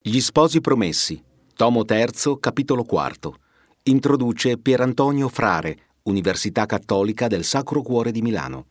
Gli sposi promessi, tomo terzo, capitolo quarto. Introduce Pier Antonio Frare, Università Cattolica del Sacro Cuore di Milano.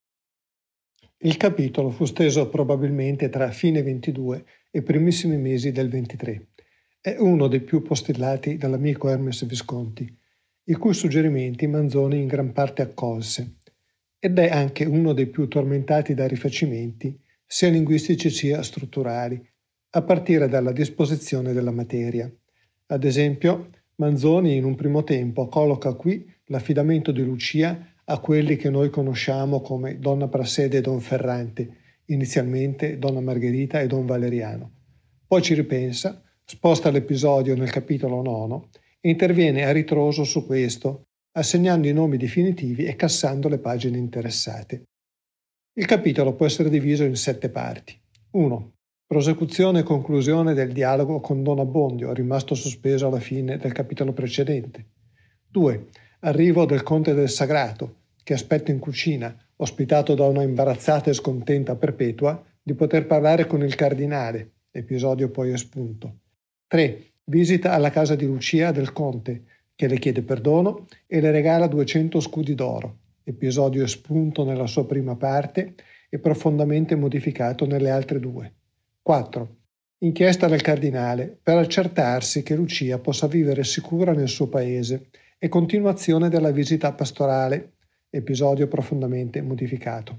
Il capitolo fu steso probabilmente tra fine 22 e primissimi mesi del 23. È uno dei più postillati dall'amico Hermes Visconti, i cui suggerimenti Manzoni in gran parte accolse, ed è anche uno dei più tormentati da rifacimenti, sia linguistici sia strutturali, a partire dalla disposizione della materia. Ad esempio, Manzoni in un primo tempo colloca qui l'affidamento di Lucia a quelli che noi conosciamo come Donna Prassede e Don Ferrante, inizialmente Donna Margherita e Don Valeriano. Poi ci ripensa, sposta l'episodio nel capitolo 9 e interviene a ritroso su questo, assegnando i nomi definitivi e cassando le pagine interessate. Il capitolo può essere diviso in 7 parti. 1. Prosecuzione e conclusione del dialogo con Don Abbondio, rimasto sospeso alla fine del capitolo precedente. 2. Arrivo del conte del Sagrato, che aspetta in cucina, ospitato da una imbarazzata e scontenta Perpetua, di poter parlare con il cardinale, episodio poi espunto. 3. Visita alla casa di Lucia del conte, che le chiede perdono e le regala 200 scudi d'oro, episodio espunto nella sua prima parte e profondamente modificato nelle altre 2. 4. Inchiesta del cardinale per accertarsi che Lucia possa vivere sicura nel suo paese e continuazione della visita pastorale, episodio profondamente modificato.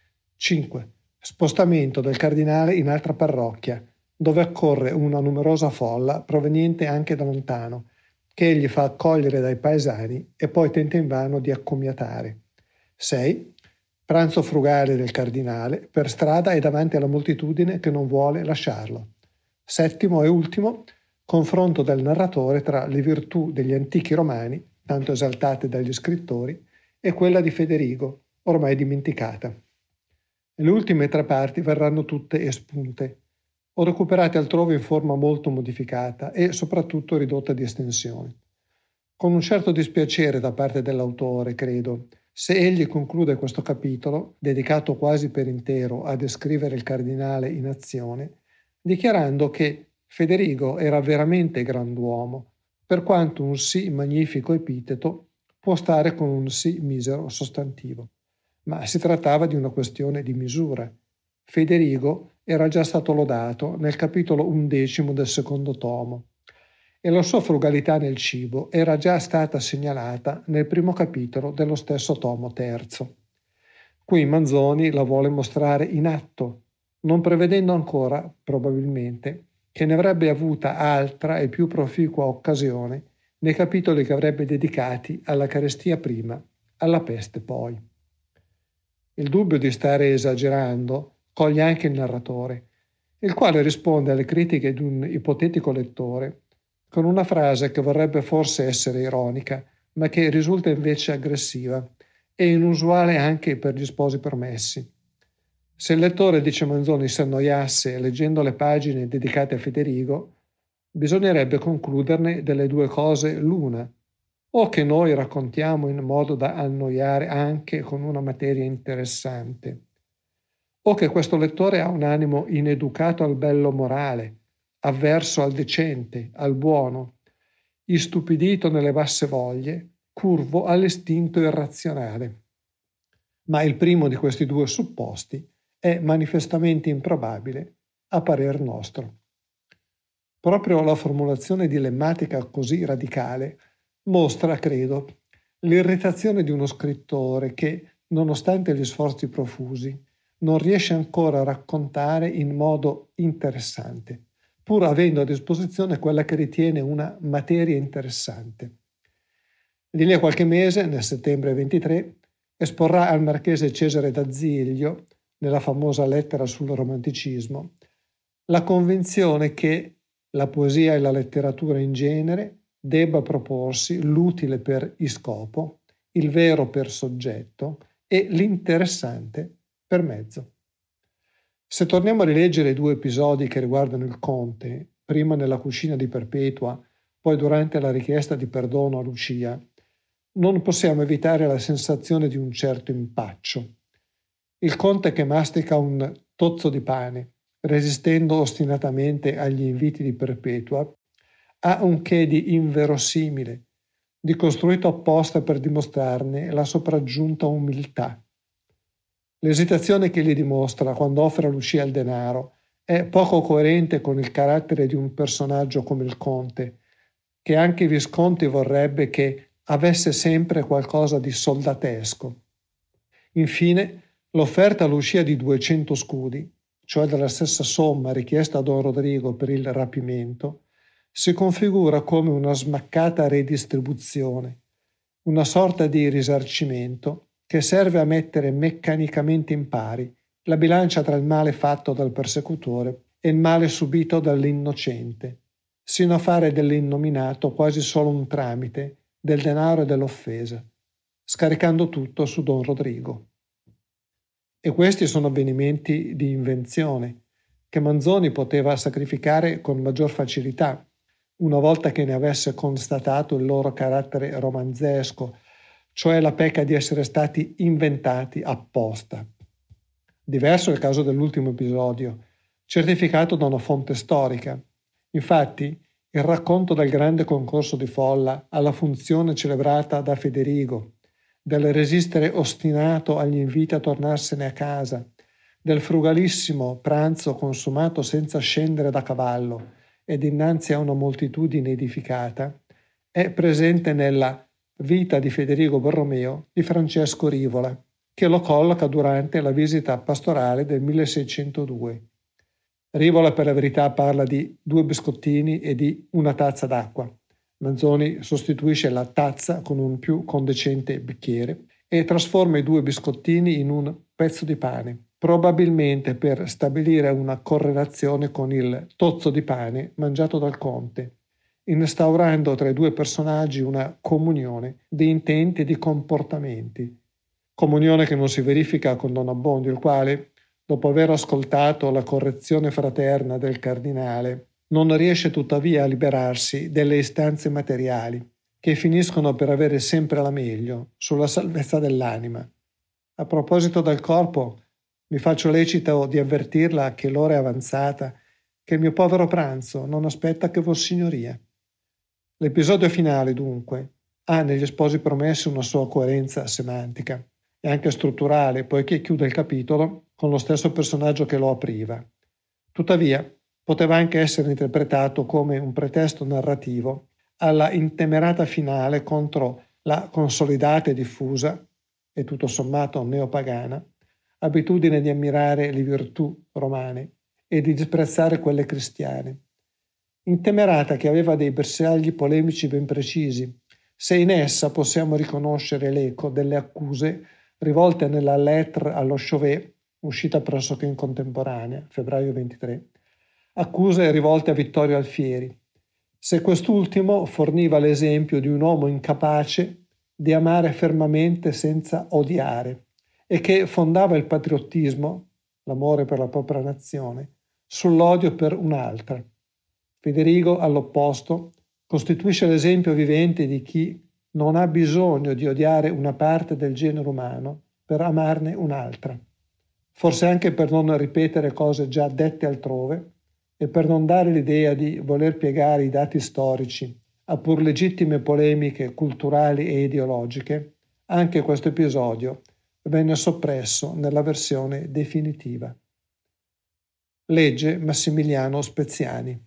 5. Spostamento del cardinale in altra parrocchia, dove accorre una numerosa folla proveniente anche da lontano, che egli fa accogliere dai paesani e poi tenta invano di accomiatare. 6. Pranzo frugale del cardinale per strada e davanti alla moltitudine che non vuole lasciarlo. 7. e ultimo, confronto del narratore tra le virtù degli antichi romani, tanto esaltate dagli scrittori, e quella di Federigo, ormai dimenticata. Le ultime 3 parti verranno tutte espunte, o recuperate altrove in forma molto modificata e soprattutto ridotta di estensione. Con un certo dispiacere da parte dell'autore, credo, se egli conclude questo capitolo, dedicato quasi per intero a descrivere il cardinale in azione, dichiarando che Federigo era veramente grand'uomo, per quanto un sì magnifico epiteto può stare con un sì misero sostantivo. Ma si trattava di una questione di misura. Federigo era già stato lodato nel capitolo 11 del secondo tomo e la sua frugalità nel cibo era già stata segnalata nel primo capitolo dello stesso tomo terzo. Qui Manzoni la vuole mostrare in atto, non prevedendo ancora, probabilmente, che ne avrebbe avuta altra e più proficua occasione nei capitoli che avrebbe dedicati alla carestia prima, alla peste poi. Il dubbio di stare esagerando coglie anche il narratore, il quale risponde alle critiche di un ipotetico lettore con una frase che vorrebbe forse essere ironica, ma che risulta invece aggressiva e inusuale anche per gli sposi promessi. Se il lettore, dice Manzoni, si annoiasse leggendo le pagine dedicate a Federigo, bisognerebbe concluderne delle 2 cose l'una, o che noi raccontiamo in modo da annoiare anche con una materia interessante, o che questo lettore ha un animo ineducato al bello morale, avverso al decente, al buono, istupidito nelle basse voglie, curvo all'istinto irrazionale. Ma il primo di questi 2 supposti è manifestamente improbabile a parer nostro. Proprio la formulazione dilemmatica così radicale mostra, credo, l'irritazione di uno scrittore che, nonostante gli sforzi profusi, non riesce ancora a raccontare in modo interessante, pur avendo a disposizione quella che ritiene una materia interessante. Di lì a qualche mese, nel settembre 23, esporrà al marchese Cesare d'Aziglio, nella famosa lettera sul romanticismo, la convinzione che la poesia e la letteratura in genere debba proporsi l'utile per iscopo, il vero per soggetto e l'interessante per mezzo. Se torniamo a rileggere i 2 episodi che riguardano il conte, prima nella cucina di Perpetua, poi durante la richiesta di perdono a Lucia, non possiamo evitare la sensazione di un certo impaccio. Il conte che mastica un tozzo di pane resistendo ostinatamente agli inviti di Perpetua, ha un che di inverosimile, di costruito apposta per dimostrarne la sopraggiunta umiltà. L'esitazione che gli dimostra quando offre a Lucia il denaro è poco coerente con il carattere di un personaggio come il conte, che anche Visconti vorrebbe che avesse sempre qualcosa di soldatesco. Infine, l'offerta a Lucia di 200 scudi, cioè della stessa somma richiesta a Don Rodrigo per il rapimento, si configura come una smaccata redistribuzione, una sorta di risarcimento che serve a mettere meccanicamente in pari la bilancia tra il male fatto dal persecutore e il male subito dall'innocente, sino a fare dell'innominato quasi solo un tramite del denaro e dell'offesa, scaricando tutto su Don Rodrigo. E questi sono avvenimenti di invenzione che Manzoni poteva sacrificare con maggior facilità, una volta che ne avesse constatato il loro carattere romanzesco, cioè la pecca di essere stati inventati apposta. Diverso è il caso dell'ultimo episodio, certificato da una fonte storica. Infatti, il racconto del grande concorso di folla alla funzione celebrata da Federigo, del resistere ostinato agli inviti a tornarsene a casa, del frugalissimo pranzo consumato senza scendere da cavallo e dinanzi a una moltitudine edificata, è presente nella Vita di Federigo Borromeo di Francesco Rivola, che lo colloca durante la visita pastorale del 1602. Rivola per la verità parla di 2 biscottini e di una tazza d'acqua. Manzoni sostituisce la tazza con un più condecente bicchiere e trasforma i 2 biscottini in un pezzo di pane, probabilmente per stabilire una correlazione con il tozzo di pane mangiato dal conte, instaurando tra i 2 personaggi una comunione di intenti e di comportamenti. Comunione che non si verifica con Don Abbondio, il quale, dopo aver ascoltato la correzione fraterna del cardinale, non riesce tuttavia a liberarsi delle istanze materiali, che finiscono per avere sempre la meglio sulla salvezza dell'anima. A proposito del corpo, mi faccio lecito di avvertirla che l'ora è avanzata, che il mio povero pranzo non aspetta che Vossignoria. L'episodio finale, dunque, ha negli Sposi Promessi una sua coerenza semantica e anche strutturale, poiché chiude il capitolo con lo stesso personaggio che lo apriva. Tuttavia, poteva anche essere interpretato come un pretesto narrativo alla intemerata finale contro la consolidata e diffusa, e tutto sommato neopagana, abitudine di ammirare le virtù romane e di disprezzare quelle cristiane. Intemerata che aveva dei bersagli polemici ben precisi, se in essa possiamo riconoscere l'eco delle accuse rivolte nella Lettre allo Chauvet, uscita pressoché in contemporanea, febbraio 23, accuse rivolte a Vittorio Alfieri, se quest'ultimo forniva l'esempio di un uomo incapace di amare fermamente senza odiare e che fondava il patriottismo, l'amore per la propria nazione, sull'odio per un'altra. Federigo, all'opposto, costituisce l'esempio vivente di chi non ha bisogno di odiare una parte del genere umano per amarne un'altra, forse anche per non ripetere cose già dette altrove e per non dare l'idea di voler piegare i dati storici a pur legittime polemiche culturali e ideologiche. Anche questo episodio venne soppresso nella versione definitiva. Legge Massimiliano Speziani.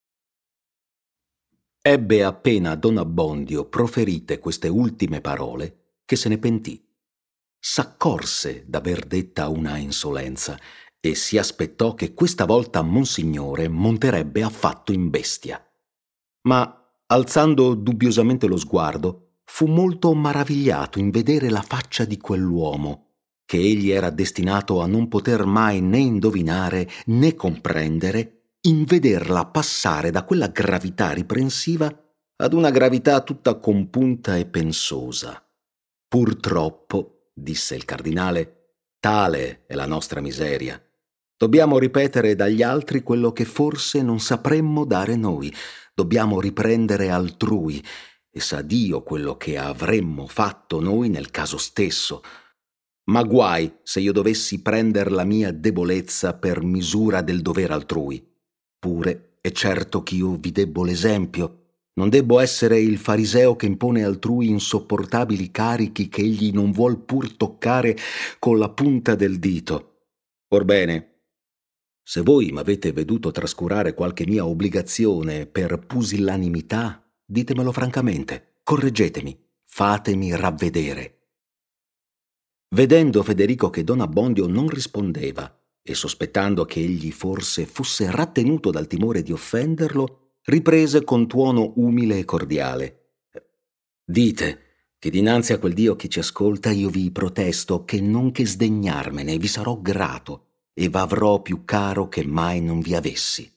Ebbe appena Don Abbondio proferite queste ultime parole che se ne pentì. S'accorse d'aver detta una insolenza e si aspettò che questa volta Monsignore monterebbe affatto in bestia. Ma, alzando dubbiosamente lo sguardo, fu molto maravigliato in vedere la faccia di quell'uomo, che egli era destinato a non poter mai né indovinare né comprendere, in vederla passare da quella gravità riprensiva ad una gravità tutta compunta e pensosa. Purtroppo, disse il cardinale, tale è la nostra miseria. Dobbiamo ripetere dagli altri quello che forse non sapremmo dare noi. Dobbiamo riprendere altrui, e sa Dio quello che avremmo fatto noi nel caso stesso. Ma guai se io dovessi prender la mia debolezza per misura del dovere altrui. Pure è certo ch'io vi debbo l'esempio. Non debbo essere il fariseo che impone altrui insopportabili carichi che egli non vuol pur toccare con la punta del dito. Orbene, se voi m'avete veduto trascurare qualche mia obbligazione per pusillanimità, ditemelo francamente, correggetemi, fatemi ravvedere. Vedendo Federico che don Abbondio non rispondeva e sospettando che egli forse fosse rattenuto dal timore di offenderlo, riprese con tuono umile e cordiale. Dite che dinanzi a quel Dio che ci ascolta io vi protesto che non che sdegnarmene vi sarò grato e v'avrò più caro che mai non vi avessi.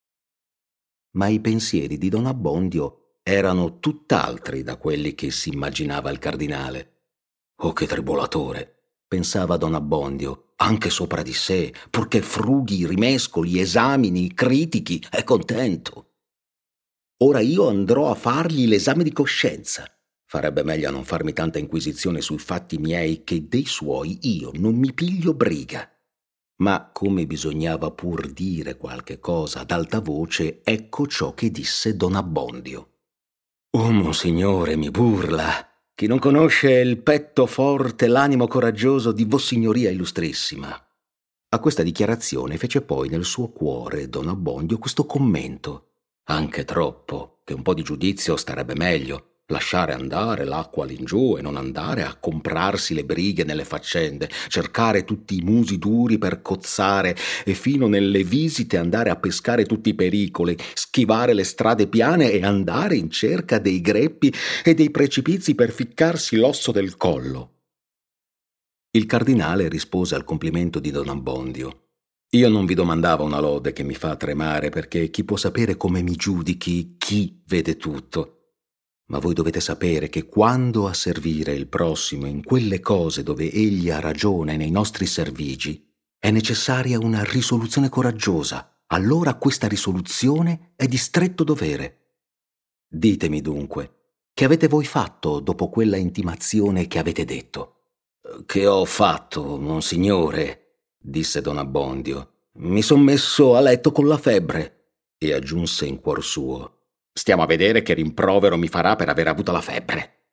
Ma i pensieri di don Abbondio erano tutt'altri da quelli che si immaginava il cardinale. Oh, che tribolatore, pensava don Abbondio, anche sopra di sé, purché frughi, rimescoli, esamini, critichi, è contento. Ora io andrò a fargli l'esame di coscienza. Farebbe meglio a non farmi tanta inquisizione sui fatti miei che dei suoi io non mi piglio briga. Ma come bisognava pur dire qualche cosa ad alta voce, ecco ciò che disse don Abbondio. «Oh, monsignore, mi burla! Chi non conosce il petto forte, l'animo coraggioso di Vossignoria Illustrissima». A questa dichiarazione fece poi nel suo cuore don Abbondio questo commento. Anche troppo, che un po' di giudizio starebbe meglio. Lasciare andare l'acqua all'ingiù e non andare a comprarsi le brighe nelle faccende, cercare tutti i musi duri per cozzare e fino nelle visite andare a pescare tutti i pericoli, schivare le strade piane e andare in cerca dei greppi e dei precipizi per ficcarsi l'osso del collo. Il cardinale rispose al complimento di don Abbondio. Io non vi domandavo una lode che mi fa tremare, perché chi può sapere come mi giudichi, chi vede tutto. Ma voi dovete sapere che quando a servire il prossimo in quelle cose dove egli ha ragione nei nostri servigi, è necessaria una risoluzione coraggiosa. Allora questa risoluzione è di stretto dovere. Ditemi dunque, che avete voi fatto dopo quella intimazione che avete detto? Che ho fatto, monsignore? Disse don Abbondio. Mi son messo a letto con la febbre. E aggiunse in cuor suo. Stiamo a vedere che rimprovero mi farà per aver avuta la febbre.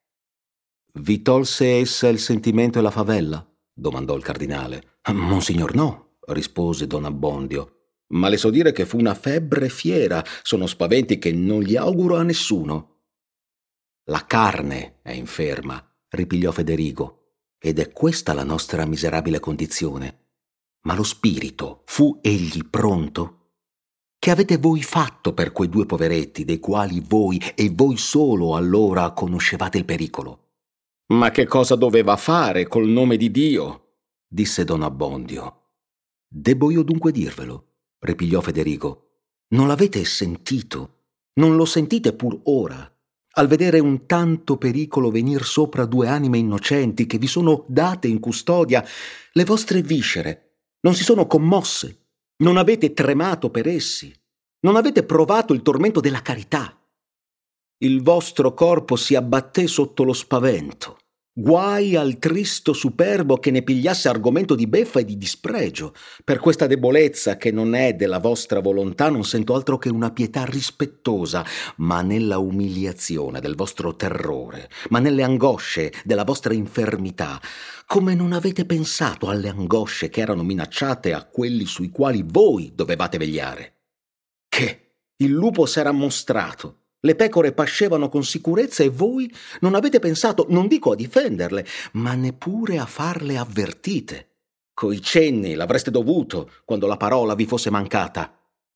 Vi tolse essa il sentimento e la favella? Domandò il cardinale. Monsignor no, rispose don Abbondio. Ma le so dire che fu una febbre fiera, sono spaventi che non gli auguro a nessuno. La carne è inferma, ripigliò Federico, ed è questa la nostra miserabile condizione. Ma lo spirito, fu egli pronto? Che avete voi fatto per quei due poveretti, dei quali voi e voi solo allora conoscevate il pericolo? Ma che cosa doveva fare col nome di Dio? Disse don Abbondio. Debbo io dunque dirvelo? Ripigliò Federico. Non l'avete sentito? Non lo sentite pur ora? Al vedere un tanto pericolo venir sopra due anime innocenti che vi sono date in custodia, le vostre viscere non si sono commosse? Non avete tremato per essi? Non avete provato il tormento della carità? Il vostro corpo si abbatté sotto lo spavento. Guai al tristo superbo che ne pigliasse argomento di beffa e di dispregio. Per questa debolezza che non è della vostra volontà non sento altro che una pietà rispettosa, ma nella umiliazione del vostro terrore, ma nelle angosce della vostra infermità, come non avete pensato alle angosce che erano minacciate a quelli sui quali voi dovevate vegliare. Che il lupo s'era mostrato. Le pecore pascevano con sicurezza e voi non avete pensato, non dico a difenderle, ma neppure a farle avvertite. Coi cenni l'avreste dovuto quando la parola vi fosse mancata.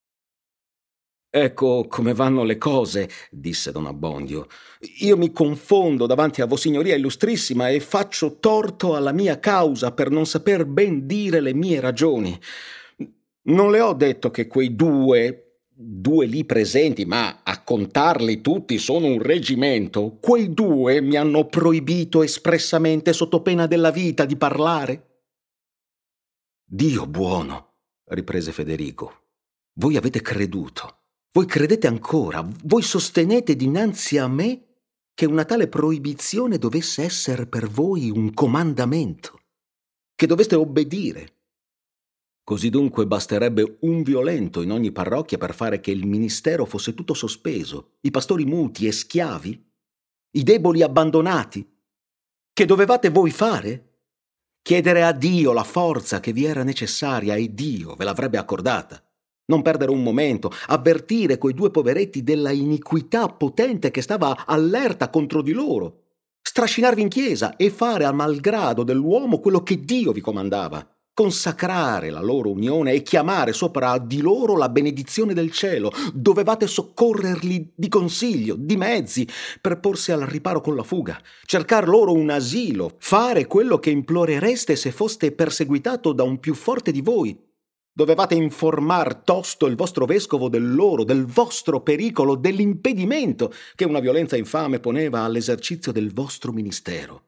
Ecco come vanno le cose, disse don Abbondio. Io mi confondo davanti a Vossignoria Illustrissima e faccio torto alla mia causa per non saper ben dire le mie ragioni. Non le ho detto che quei due lì presenti, ma a contarli tutti sono un reggimento. Quei due mi hanno proibito espressamente sotto pena della vita di parlare. Dio buono, riprese Federico. Voi avete creduto. Voi credete ancora, voi sostenete dinanzi a me che una tale proibizione dovesse essere per voi un comandamento. che doveste obbedire. Così dunque basterebbe un violento in ogni parrocchia per fare che il ministero fosse tutto sospeso, i pastori muti e schiavi, i deboli abbandonati. Che dovevate voi fare? Chiedere a Dio la forza che vi era necessaria e Dio ve l'avrebbe accordata. Non perdere un momento, avvertire quei due poveretti della iniquità potente che stava allerta contro di loro, strascinarvi in chiesa e fare a malgrado dell'uomo quello che Dio vi comandava. Consacrare la loro unione e chiamare sopra di loro la benedizione del cielo. Dovevate soccorrerli di consiglio, di mezzi, per porsi al riparo con la fuga, cercar loro un asilo, fare quello che implorereste se foste perseguitato da un più forte di voi. Dovevate informar tosto il vostro vescovo del vostro pericolo, dell'impedimento che una violenza infame poneva all'esercizio del vostro ministero.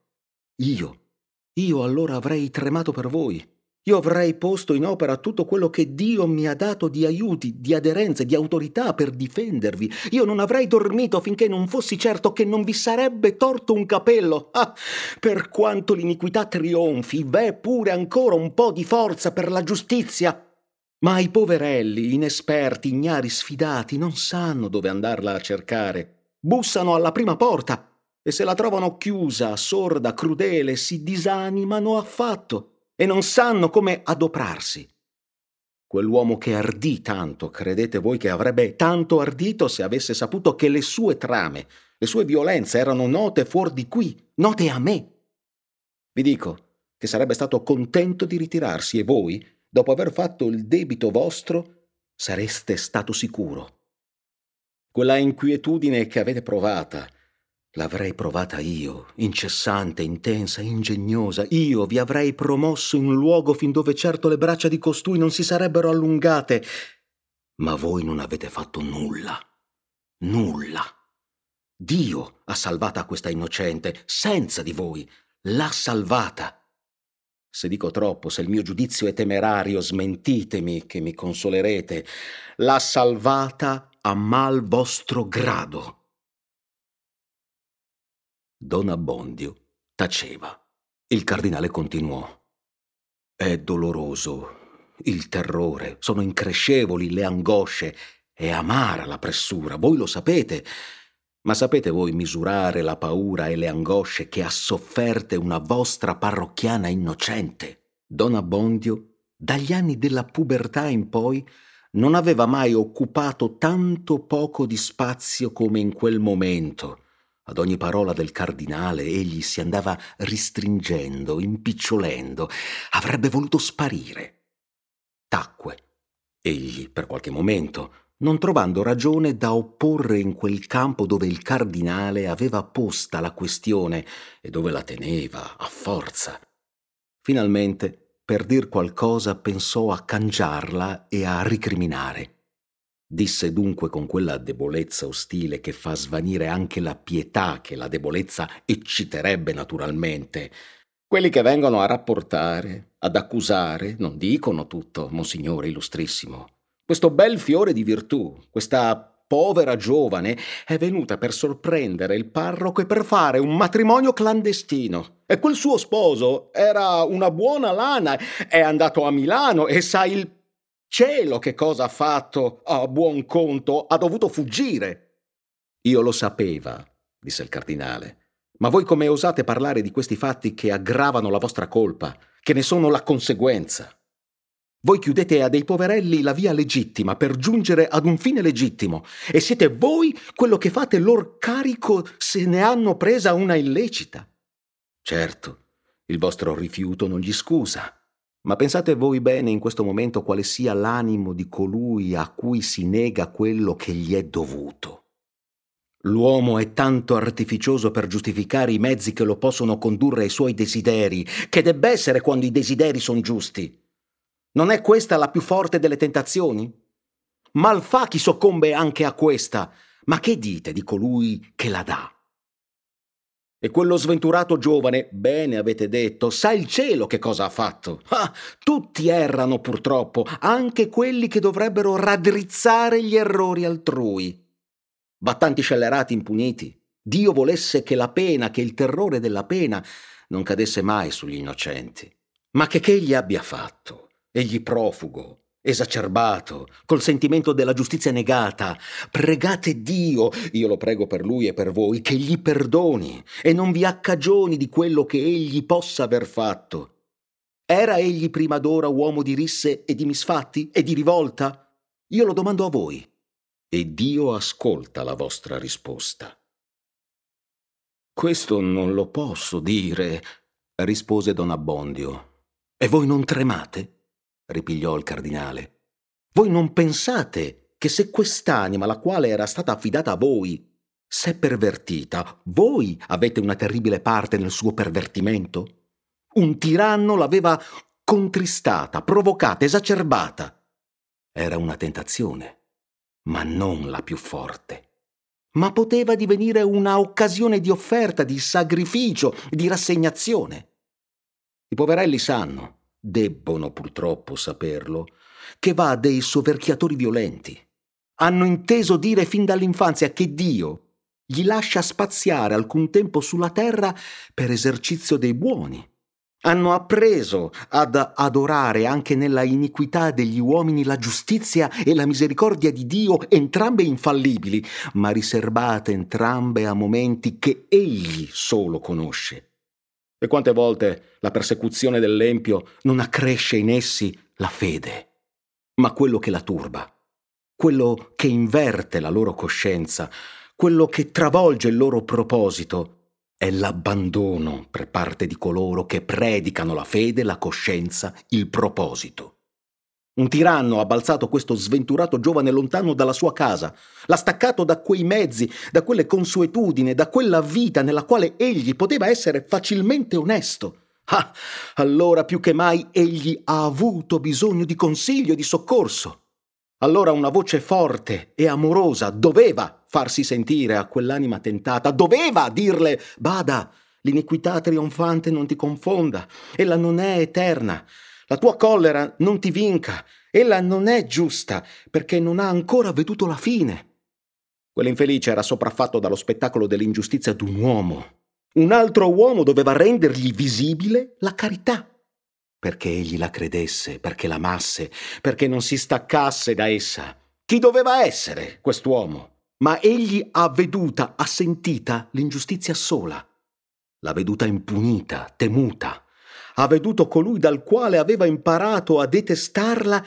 Io allora avrei tremato per voi. Io avrei posto in opera tutto quello che Dio mi ha dato di aiuti, di aderenze, di autorità per difendervi. Io non avrei dormito finché non fossi certo che non vi sarebbe torto un capello. Ah, per quanto l'iniquità trionfi, v'è pure ancora un po' di forza per la giustizia. Ma i poverelli, inesperti, ignari, sfidati, non sanno dove andarla a cercare. Bussano alla prima porta e se la trovano chiusa, sorda, crudele, si disanimano affatto e non sanno come adoprarsi. Quell'uomo che ardì tanto, credete voi che avrebbe tanto ardito se avesse saputo che le sue trame, le sue violenze erano note fuor di qui, note a me? Vi dico che sarebbe stato contento di ritirarsi e voi, dopo aver fatto il debito vostro, sareste stato sicuro. Quella inquietudine che avete provata, l'avrei provata io, incessante, intensa, ingegnosa. Io vi avrei promosso in luogo fin dove certo le braccia di costui non si sarebbero allungate. Ma voi non avete fatto nulla. Nulla. Dio ha salvata questa innocente, senza di voi. L'ha salvata. Se dico troppo, se il mio giudizio è temerario, smentitemi che mi consolerete. L'ha salvata a mal vostro grado. Don Abbondio taceva. Il cardinale continuò. È doloroso il terrore, sono increscevoli le angosce, è amara la pressura, voi lo sapete. Ma sapete voi misurare la paura e le angosce che ha sofferte una vostra parrocchiana innocente? Don Abbondio, dagli anni della pubertà in poi, non aveva mai occupato tanto poco di spazio come in quel momento. Ad ogni parola del cardinale egli si andava ristringendo, impicciolendo, avrebbe voluto sparire. Tacque. Egli, per qualche momento, non trovando ragione da opporre in quel campo dove il cardinale aveva posta la questione e dove la teneva a forza. Finalmente, per dir qualcosa, pensò a cangiarla e a ricriminare. Disse dunque con quella debolezza ostile che fa svanire anche la pietà che la debolezza ecciterebbe naturalmente. Quelli che vengono a rapportare, ad accusare, non dicono tutto, Monsignore Illustrissimo. Questo bel fiore di virtù, questa povera giovane, è venuta per sorprendere il parroco e per fare un matrimonio clandestino. E quel suo sposo era una buona lana, è andato a Milano e sa il cielo che cosa ha fatto, a buon conto, ha dovuto fuggire. Io lo sapeva, disse il cardinale. Ma voi come osate parlare di questi fatti che aggravano la vostra colpa, che ne sono la conseguenza? Voi chiudete a dei poverelli la via legittima per giungere ad un fine legittimo e siete voi quello che fate lor carico se ne hanno presa una illecita. Certo, il vostro rifiuto non gli scusa, ma pensate voi bene in questo momento quale sia l'animo di colui a cui si nega quello che gli è dovuto. L'uomo è tanto artificioso per giustificare i mezzi che lo possono condurre ai suoi desideri, che debba essere quando i desideri sono giusti. Non è questa la più forte delle tentazioni? Mal fa chi soccombe anche a questa, ma che dite di colui che la dà? E quello sventurato giovane, bene avete detto, sa il cielo che cosa ha fatto. Ah, tutti errano purtroppo, anche quelli che dovrebbero raddrizzare gli errori altrui. Battanti scellerati impuniti. Dio volesse che la pena, che il terrore della pena non cadesse mai sugli innocenti. Ma che egli abbia fatto, egli profugo, esacerbato, col sentimento della giustizia negata, pregate Dio, io lo prego per lui e per voi, che gli perdoni e non vi ha cagioni di quello che egli possa aver fatto. Era egli prima d'ora uomo di risse e di misfatti e di rivolta? Io lo domando a voi, e Dio ascolta la vostra risposta. Questo non lo posso dire, rispose don Abbondio. E voi non tremate? Ripigliò il cardinale. Voi non pensate che se quest'anima, la quale era stata affidata a voi, s'è pervertita, voi avete una terribile parte nel suo pervertimento? Un tiranno l'aveva contristata, provocata, esacerbata. Era una tentazione, ma non la più forte. Ma poteva divenire una occasione di offerta, di sacrificio, di rassegnazione. I poverelli sanno, debbono purtroppo saperlo, che va a dei soverchiatori violenti. Hanno inteso dire fin dall'infanzia che Dio gli lascia spaziare alcun tempo sulla terra per esercizio dei buoni. Hanno appreso ad adorare anche nella iniquità degli uomini la giustizia e la misericordia di Dio, entrambe infallibili, ma riservate entrambe a momenti che egli solo conosce. E quante volte la persecuzione dell'empio non accresce in essi la fede, ma quello che la turba, quello che inverte la loro coscienza, quello che travolge il loro proposito, è l'abbandono per parte di coloro che predicano la fede, la coscienza, il proposito. Un tiranno ha balzato questo sventurato giovane lontano dalla sua casa, l'ha staccato da quei mezzi, da quelle consuetudini, da quella vita nella quale egli poteva essere facilmente onesto. Ah, allora più che mai egli ha avuto bisogno di consiglio e di soccorso. Allora una voce forte e amorosa doveva farsi sentire a quell'anima tentata, doveva dirle: bada, l'iniquità trionfante non ti confonda, ella non è eterna, la tua collera non ti vinca, ella non è giusta, perché non ha ancora veduto la fine. Quell'infelice era sopraffatto dallo spettacolo dell'ingiustizia d'un uomo. Un altro uomo doveva rendergli visibile la carità, perché egli la credesse, perché l'amasse, perché non si staccasse da essa. Chi doveva essere quest'uomo? Ma egli ha veduta, ha sentita l'ingiustizia sola. L'ha veduta impunita, temuta. Ha veduto colui dal quale aveva imparato a detestarla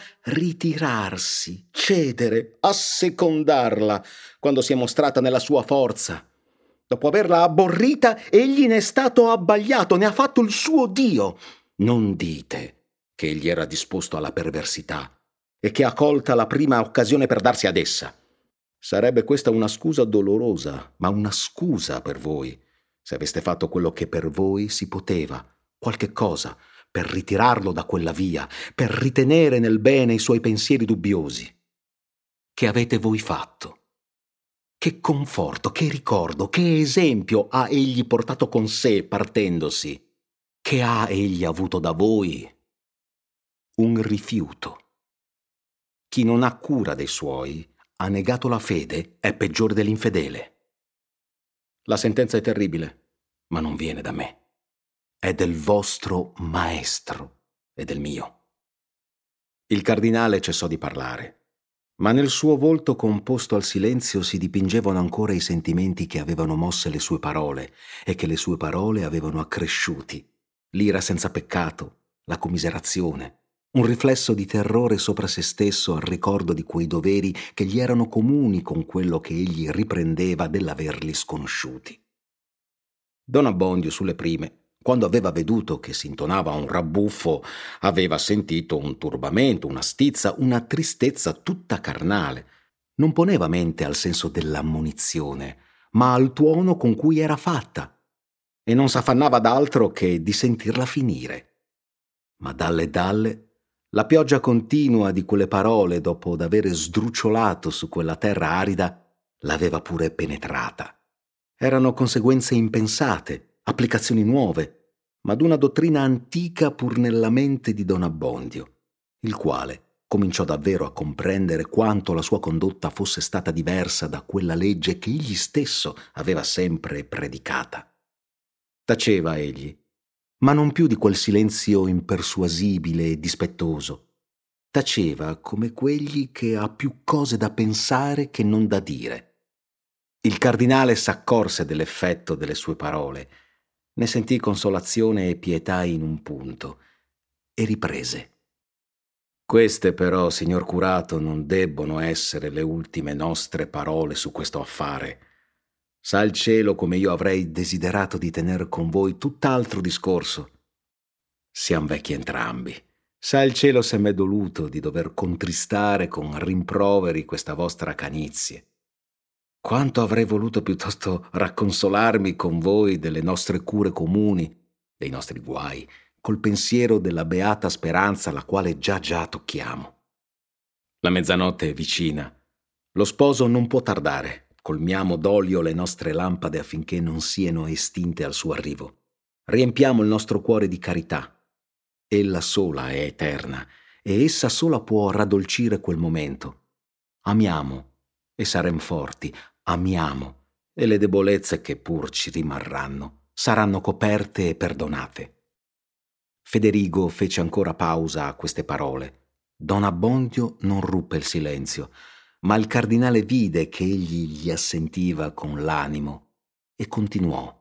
ritirarsi, cedere, assecondarla, quando si è mostrata nella sua forza. Dopo averla abborrita, egli ne è stato abbagliato, ne ha fatto il suo Dio. Non dite che egli era disposto alla perversità e che ha colta la prima occasione per darsi ad essa. Sarebbe questa una scusa dolorosa, ma una scusa per voi, se aveste fatto quello che per voi si poteva, qualche cosa, per ritirarlo da quella via, per ritenere nel bene i suoi pensieri dubbiosi. Che avete voi fatto? Che conforto, che ricordo, che esempio ha egli portato con sé partendosi? Che ha egli avuto da voi? Un rifiuto. Chi non ha cura dei suoi ha negato la fede, è peggiore dell'infedele. La sentenza è terribile, ma non viene da me. È del vostro maestro e del mio. Il cardinale cessò di parlare, ma nel suo volto composto al silenzio si dipingevano ancora i sentimenti che avevano mosse le sue parole e che le sue parole avevano accresciuti. L'ira senza peccato, la commiserazione, un riflesso di terrore sopra se stesso al ricordo di quei doveri che gli erano comuni con quello che egli riprendeva dell'averli sconosciuti. Don Abbondio sulle prime, quando aveva veduto che si intonava un rabbuffo, aveva sentito un turbamento, una stizza, una tristezza tutta carnale. Non poneva mente al senso dell'ammonizione, ma al tuono con cui era fatta, e non s'affannava d'altro che di sentirla finire. Ma dalle, la pioggia continua di quelle parole, dopo d'avere sdrucciolato su quella terra arida, l'aveva pure penetrata. Erano conseguenze impensate, applicazioni nuove, ma d'una dottrina antica pur nella mente di don Abbondio, il quale cominciò davvero a comprendere quanto la sua condotta fosse stata diversa da quella legge che egli stesso aveva sempre predicata. Taceva egli, ma non più di quel silenzio impersuasibile e dispettoso. Taceva come quegli che ha più cose da pensare che non da dire. Il cardinale s'accorse dell'effetto delle sue parole, ne sentì consolazione e pietà in un punto e riprese. Queste però, signor curato, non debbono essere le ultime nostre parole su questo affare. Sa il cielo come io avrei desiderato di tener con voi tutt'altro discorso. Siam vecchi entrambi. Sa il cielo se m'è doluto di dover contristare con rimproveri questa vostra canizie. Quanto avrei voluto piuttosto racconsolarmi con voi delle nostre cure comuni, dei nostri guai, col pensiero della beata speranza la quale già tocchiamo. La mezzanotte è vicina. Lo sposo non può tardare. Colmiamo d'olio le nostre lampade affinché non siano estinte al suo arrivo. Riempiamo il nostro cuore di carità. Ella sola è eterna e essa sola può raddolcire quel momento. Amiamo e sarem forti, amiamo e le debolezze che pur ci rimarranno saranno coperte e perdonate. Federigo fece ancora pausa a queste parole. Don Abbondio non ruppe il silenzio, ma il cardinale vide che egli gli assentiva con l'animo e continuò.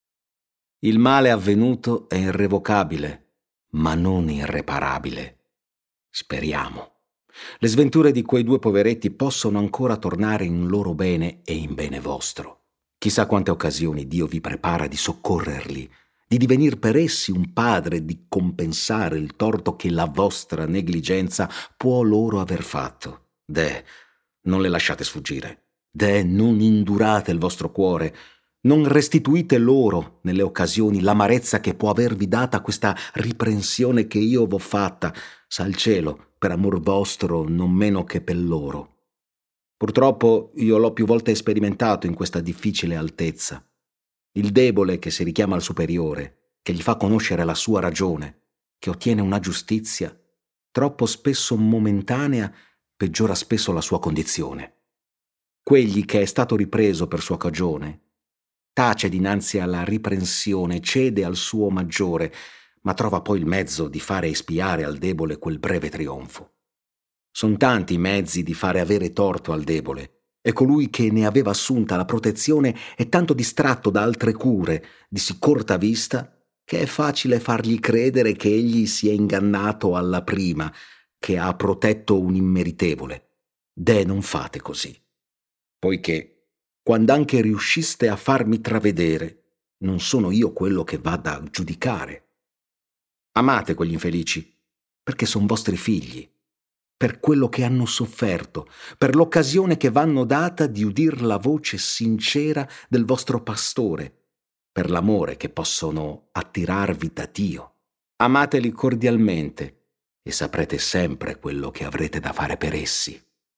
Il male avvenuto è irrevocabile, ma non irreparabile. Speriamo. Le sventure di quei due poveretti possono ancora tornare in loro bene e in bene vostro. Chissà quante occasioni Dio vi prepara di soccorrerli, di divenir per essi un padre, di compensare il torto che la vostra negligenza può loro aver fatto. Deh, non le lasciate sfuggire. Deh, non indurate il vostro cuore. Non restituite loro, nelle occasioni, l'amarezza che può avervi data questa riprensione che io v'ho fatta, sa il cielo, per amor vostro, non meno che per loro. Purtroppo io l'ho più volte sperimentato in questa difficile altezza. Il debole che si richiama al superiore, che gli fa conoscere la sua ragione, che ottiene una giustizia, troppo spesso momentanea, peggiora spesso la sua condizione. Quegli che è stato ripreso per sua cagione, tace dinanzi alla riprensione, cede al suo maggiore, ma trova poi il mezzo di fare espiare al debole quel breve trionfo. Son tanti i mezzi di fare avere torto al debole, e colui che ne aveva assunta la protezione è tanto distratto da altre cure di sì corta vista che è facile fargli credere che egli sia ingannato alla prima, che ha protetto un immeritevole. Deh, non fate così, poiché quand'anche riusciste a farmi travedere, non sono io quello che vada a giudicare. Amate quegli infelici, perché son vostri figli, per quello che hanno sofferto, per l'occasione che v'hanno data di udir la voce sincera del vostro pastore, per l'amore che possono attirarvi da Dio. Amateli cordialmente e saprete sempre quello che avrete da fare per essi.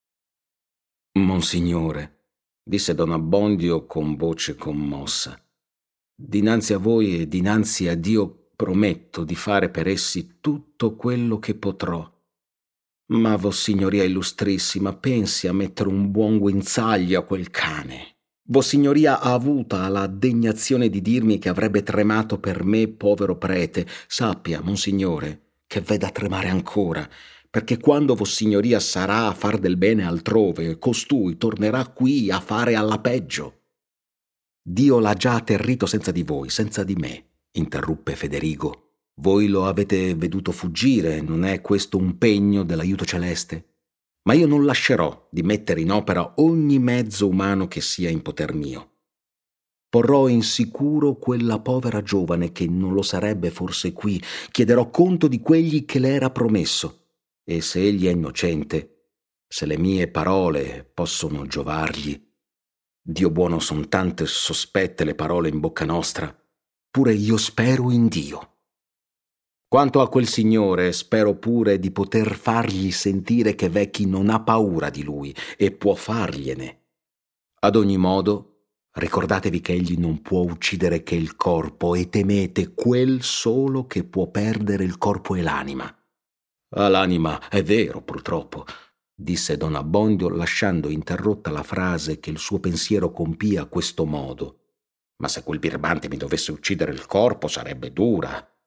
Monsignore, disse Don Abbondio con voce commossa, dinanzi a voi e dinanzi a Dio prometto di fare per essi tutto quello che potrò. Ma Vossignoria illustrissima pensi a mettere un buon guinzaglio a quel cane. Vossignoria ha avuta la degnazione di dirmi che avrebbe tremato per me, povero prete. Sappia, Monsignore, che v'è da tremare ancora, perché quando Vossignoria sarà a far del bene altrove, costui tornerà qui a fare alla peggio. Dio l'ha già atterrito senza di voi, senza di me, interruppe Federigo. Voi lo avete veduto fuggire, non è questo un pegno dell'aiuto celeste? Ma io non lascerò di mettere in opera ogni mezzo umano che sia in poter mio. Porrò in sicuro quella povera giovane che non lo sarebbe forse qui, chiederò conto di quegli che le era promesso, e se egli è innocente, se le mie parole possono giovargli, Dio buono, son tante sospette le parole in bocca nostra, pure io spero in Dio. Quanto a quel signore, spero pure di poter fargli sentire che Vecchi non ha paura di lui e può fargliene. Ad ogni modo, ricordatevi che egli non può uccidere che il corpo e temete quel solo che può perdere il corpo e l'anima. Ah, l'anima è vero, purtroppo, disse Don Abbondio lasciando interrotta la frase che il suo pensiero compì a questo modo. Ma se quel birbante mi dovesse uccidere il corpo sarebbe dura.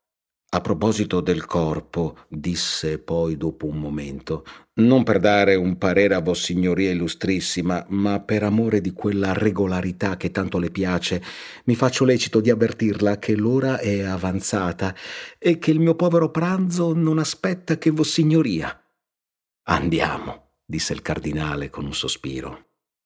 A proposito del corpo, disse poi dopo un momento, non per dare un parere a Vossignoria Illustrissima, ma per amore di quella regolarità che tanto le piace, mi faccio lecito di avvertirla che l'ora è avanzata e che il mio povero pranzo non aspetta che Vossignoria. Andiamo, disse il cardinale con un sospiro.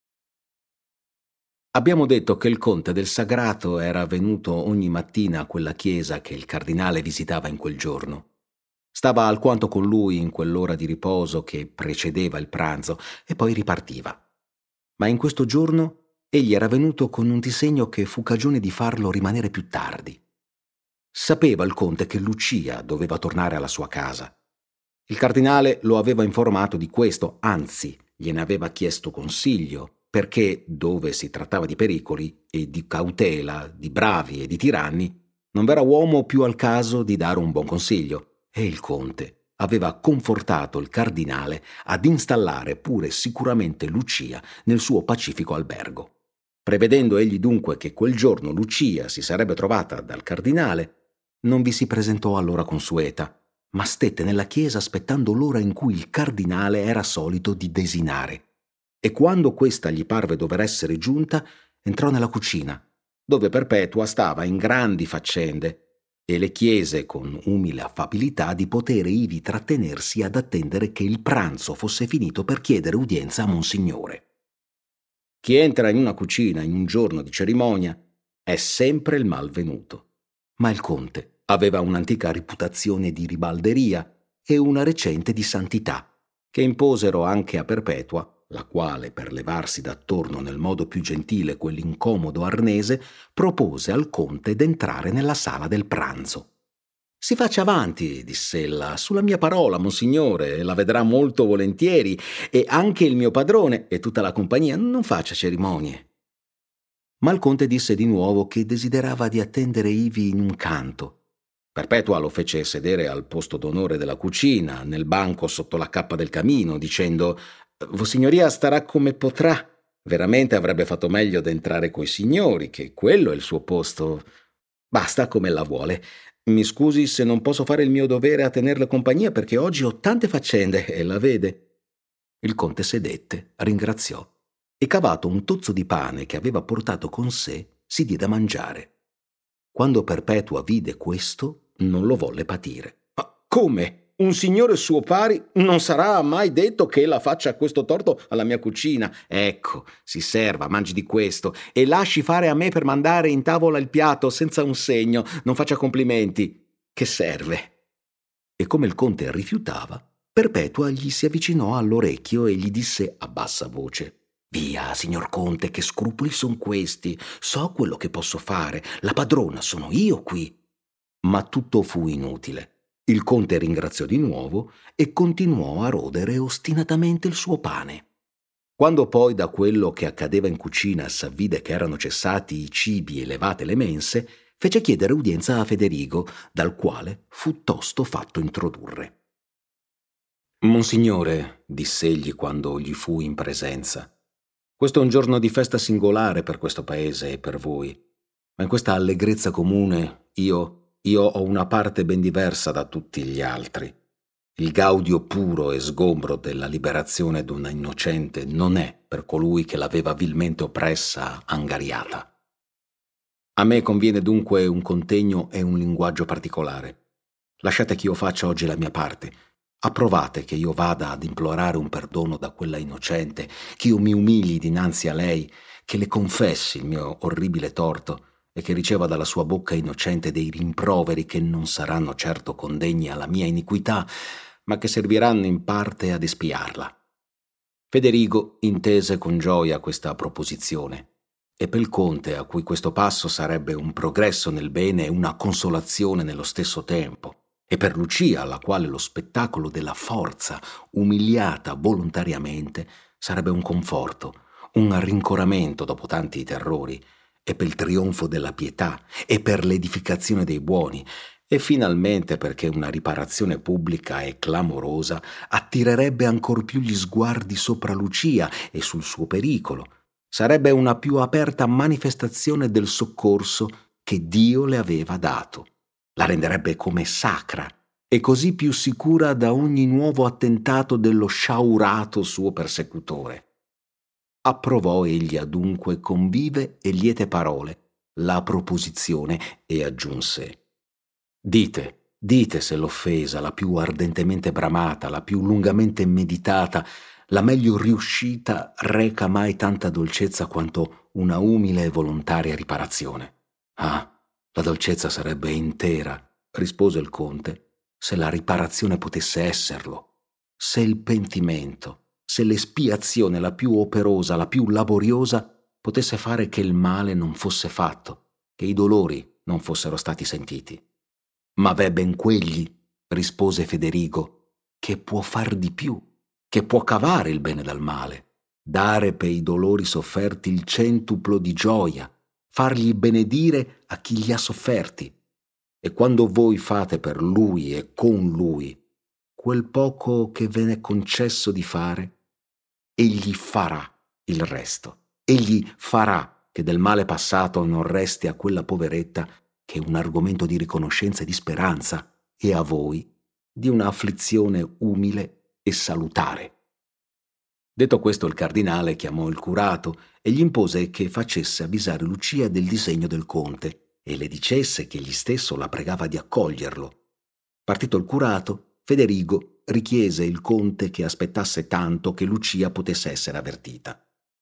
Abbiamo detto che il conte del Sagrato era venuto ogni mattina a quella chiesa che il cardinale visitava in quel giorno. Stava alquanto con lui in quell'ora di riposo che precedeva il pranzo e poi ripartiva. Ma in questo giorno egli era venuto con un disegno che fu cagione di farlo rimanere più tardi. Sapeva il conte che Lucia doveva tornare alla sua casa. Il cardinale lo aveva informato di questo, anzi, gliene aveva chiesto consiglio, perché, dove si trattava di pericoli e di cautela, di bravi e di tiranni, non v'era uomo più al caso di dare un buon consiglio, e il conte aveva confortato il cardinale ad installare pure sicuramente Lucia nel suo pacifico albergo. Prevedendo egli dunque che quel giorno Lucia si sarebbe trovata dal cardinale, non vi si presentò all'ora consueta, ma stette nella chiesa aspettando l'ora in cui il cardinale era solito di desinare. E quando questa gli parve dover essere giunta, entrò nella cucina, dove Perpetua stava in grandi faccende, e le chiese con umile affabilità di potere ivi trattenersi ad attendere che il pranzo fosse finito per chiedere udienza a Monsignore. Chi entra in una cucina in un giorno di cerimonia è sempre il malvenuto. Ma il conte aveva un'antica reputazione di ribalderia e una recente di santità, che imposero anche a Perpetua, la quale, per levarsi d'attorno nel modo più gentile quell'incomodo arnese, propose al conte d'entrare nella sala del pranzo. «Si faccia avanti», diss'ella, «sulla mia parola, monsignore, la vedrà molto volentieri, e anche il mio padrone e tutta la compagnia, non faccia cerimonie». Ma il conte disse di nuovo che desiderava di attendere ivi in un canto. Perpetua lo fece sedere al posto d'onore della cucina, nel banco sotto la cappa del camino, dicendo «Vossignoria starà come potrà. Veramente avrebbe fatto meglio d'entrare coi signori, che quello è il suo posto. Basta come la vuole. Mi scusi se non posso fare il mio dovere a tenerle compagnia, perché oggi ho tante faccende, e la vede». Il conte sedette, ringraziò, e cavato un tozzo di pane che aveva portato con sé, si diede a mangiare. Quando Perpetua vide questo, non lo volle patire. «Ma come? Un signore suo pari non sarà mai detto che ella faccia questo torto alla mia cucina? Ecco, si serva, mangi di questo, e lasci fare a me per mandare in tavola il piatto senza un segno, non faccia complimenti. Che serve?» E come il conte rifiutava, Perpetua gli si avvicinò all'orecchio e gli disse a bassa voce: «Via, signor conte, che scrupoli son questi? So quello che posso fare, la padrona sono io qui». Ma tutto fu inutile. Il conte ringraziò di nuovo e continuò a rodere ostinatamente il suo pane. Quando poi da quello che accadeva in cucina s'avvide che erano cessati i cibi e levate le mense, fece chiedere udienza a Federigo, dal quale fu tosto fatto introdurre. «Monsignore», diss'egli quando gli fu in presenza, «questo è un giorno di festa singolare per questo paese e per voi, ma in questa allegrezza comune io ho una parte ben diversa da tutti gli altri. Il gaudio puro e sgombro della liberazione d'una innocente non è per colui che l'aveva vilmente oppressa angariata. A me conviene dunque un contegno e un linguaggio particolare. Lasciate che io faccia oggi la mia parte. Approvate che io vada ad implorare un perdono da quella innocente, che io mi umili dinanzi a lei, che le confessi il mio orribile torto e che riceva dalla sua bocca innocente dei rimproveri che non saranno certo condegni alla mia iniquità, ma che serviranno in parte ad espiarla». Federigo intese con gioia questa proposizione, e per il conte, a cui questo passo sarebbe un progresso nel bene e una consolazione nello stesso tempo, e per Lucia, alla quale lo spettacolo della forza umiliata volontariamente sarebbe un conforto, un rincoramento dopo tanti terrori, e per il trionfo della pietà, e per l'edificazione dei buoni, e finalmente perché una riparazione pubblica e clamorosa attirerebbe ancor più gli sguardi sopra Lucia e sul suo pericolo. Sarebbe una più aperta manifestazione del soccorso che Dio le aveva dato. la renderebbe come sacra e così più sicura da ogni nuovo attentato dello sciagurato suo persecutore. Approvò egli adunque con vive e liete parole la proposizione e aggiunse: Dite se l'offesa, la più ardentemente bramata, la più lungamente meditata, la meglio riuscita, reca mai tanta dolcezza quanto una umile e volontaria riparazione. Ah, la dolcezza sarebbe intera, rispose il conte, se la riparazione potesse esserlo, se il pentimento, se l'espiazione la più operosa, la più laboriosa, potesse fare che il male non fosse fatto, che i dolori non fossero stati sentiti. Ma v'è ben quegli, rispose Federigo, che può far di più, che può cavare il bene dal male, dare per i dolori sofferti il centuplo di gioia, fargli benedire a chi li ha sofferti. E quando voi fate per lui e con lui quel poco che ve n'è concesso di fare, egli farà il resto. Egli farà che del male passato non resti a quella poveretta che è un argomento di riconoscenza e di speranza, e a voi di una afflizione umile e salutare. Detto questo, il cardinale chiamò il curato e gli impose che facesse avvisare Lucia del disegno del conte e le dicesse che egli stesso la pregava di accoglierlo. Partito il curato, Federigo richiese il conte che aspettasse tanto che Lucia potesse essere avvertita.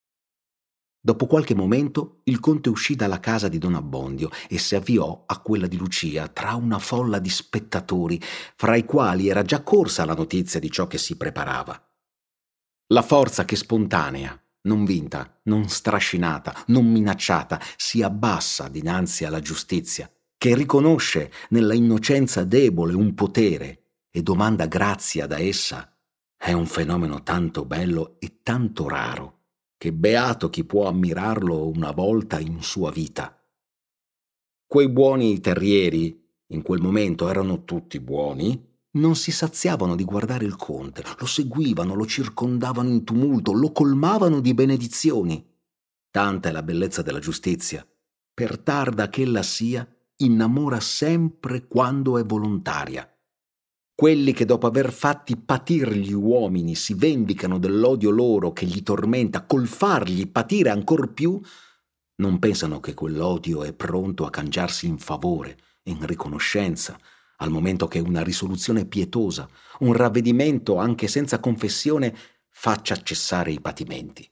Dopo qualche momento il conte uscì dalla casa di Don Abbondio e si avviò a quella di Lucia tra una folla di spettatori, fra i quali era già corsa la notizia di ciò che si preparava. La forza che spontanea, non vinta, non strascinata, non minacciata, si abbassa dinanzi alla giustizia, che riconosce nella innocenza debole un potere e domanda grazia da essa, è un fenomeno tanto bello e tanto raro che beato chi può ammirarlo una volta in sua vita. Quei buoni terrieri, in quel momento erano tutti buoni, non si saziavano di guardare il conte, lo seguivano, lo circondavano in tumulto, lo colmavano di benedizioni. Tanta è la bellezza della giustizia. Per tarda ch'ella sia, innamora sempre quando è volontaria. Quelli che dopo aver fatti patir gli uomini si vendicano dell'odio loro che gli tormenta col fargli patire ancor più, non pensano che quell'odio è pronto a cangiarsi in favore, in riconoscenza, al momento che una risoluzione pietosa, un ravvedimento anche senza confessione faccia cessare i patimenti.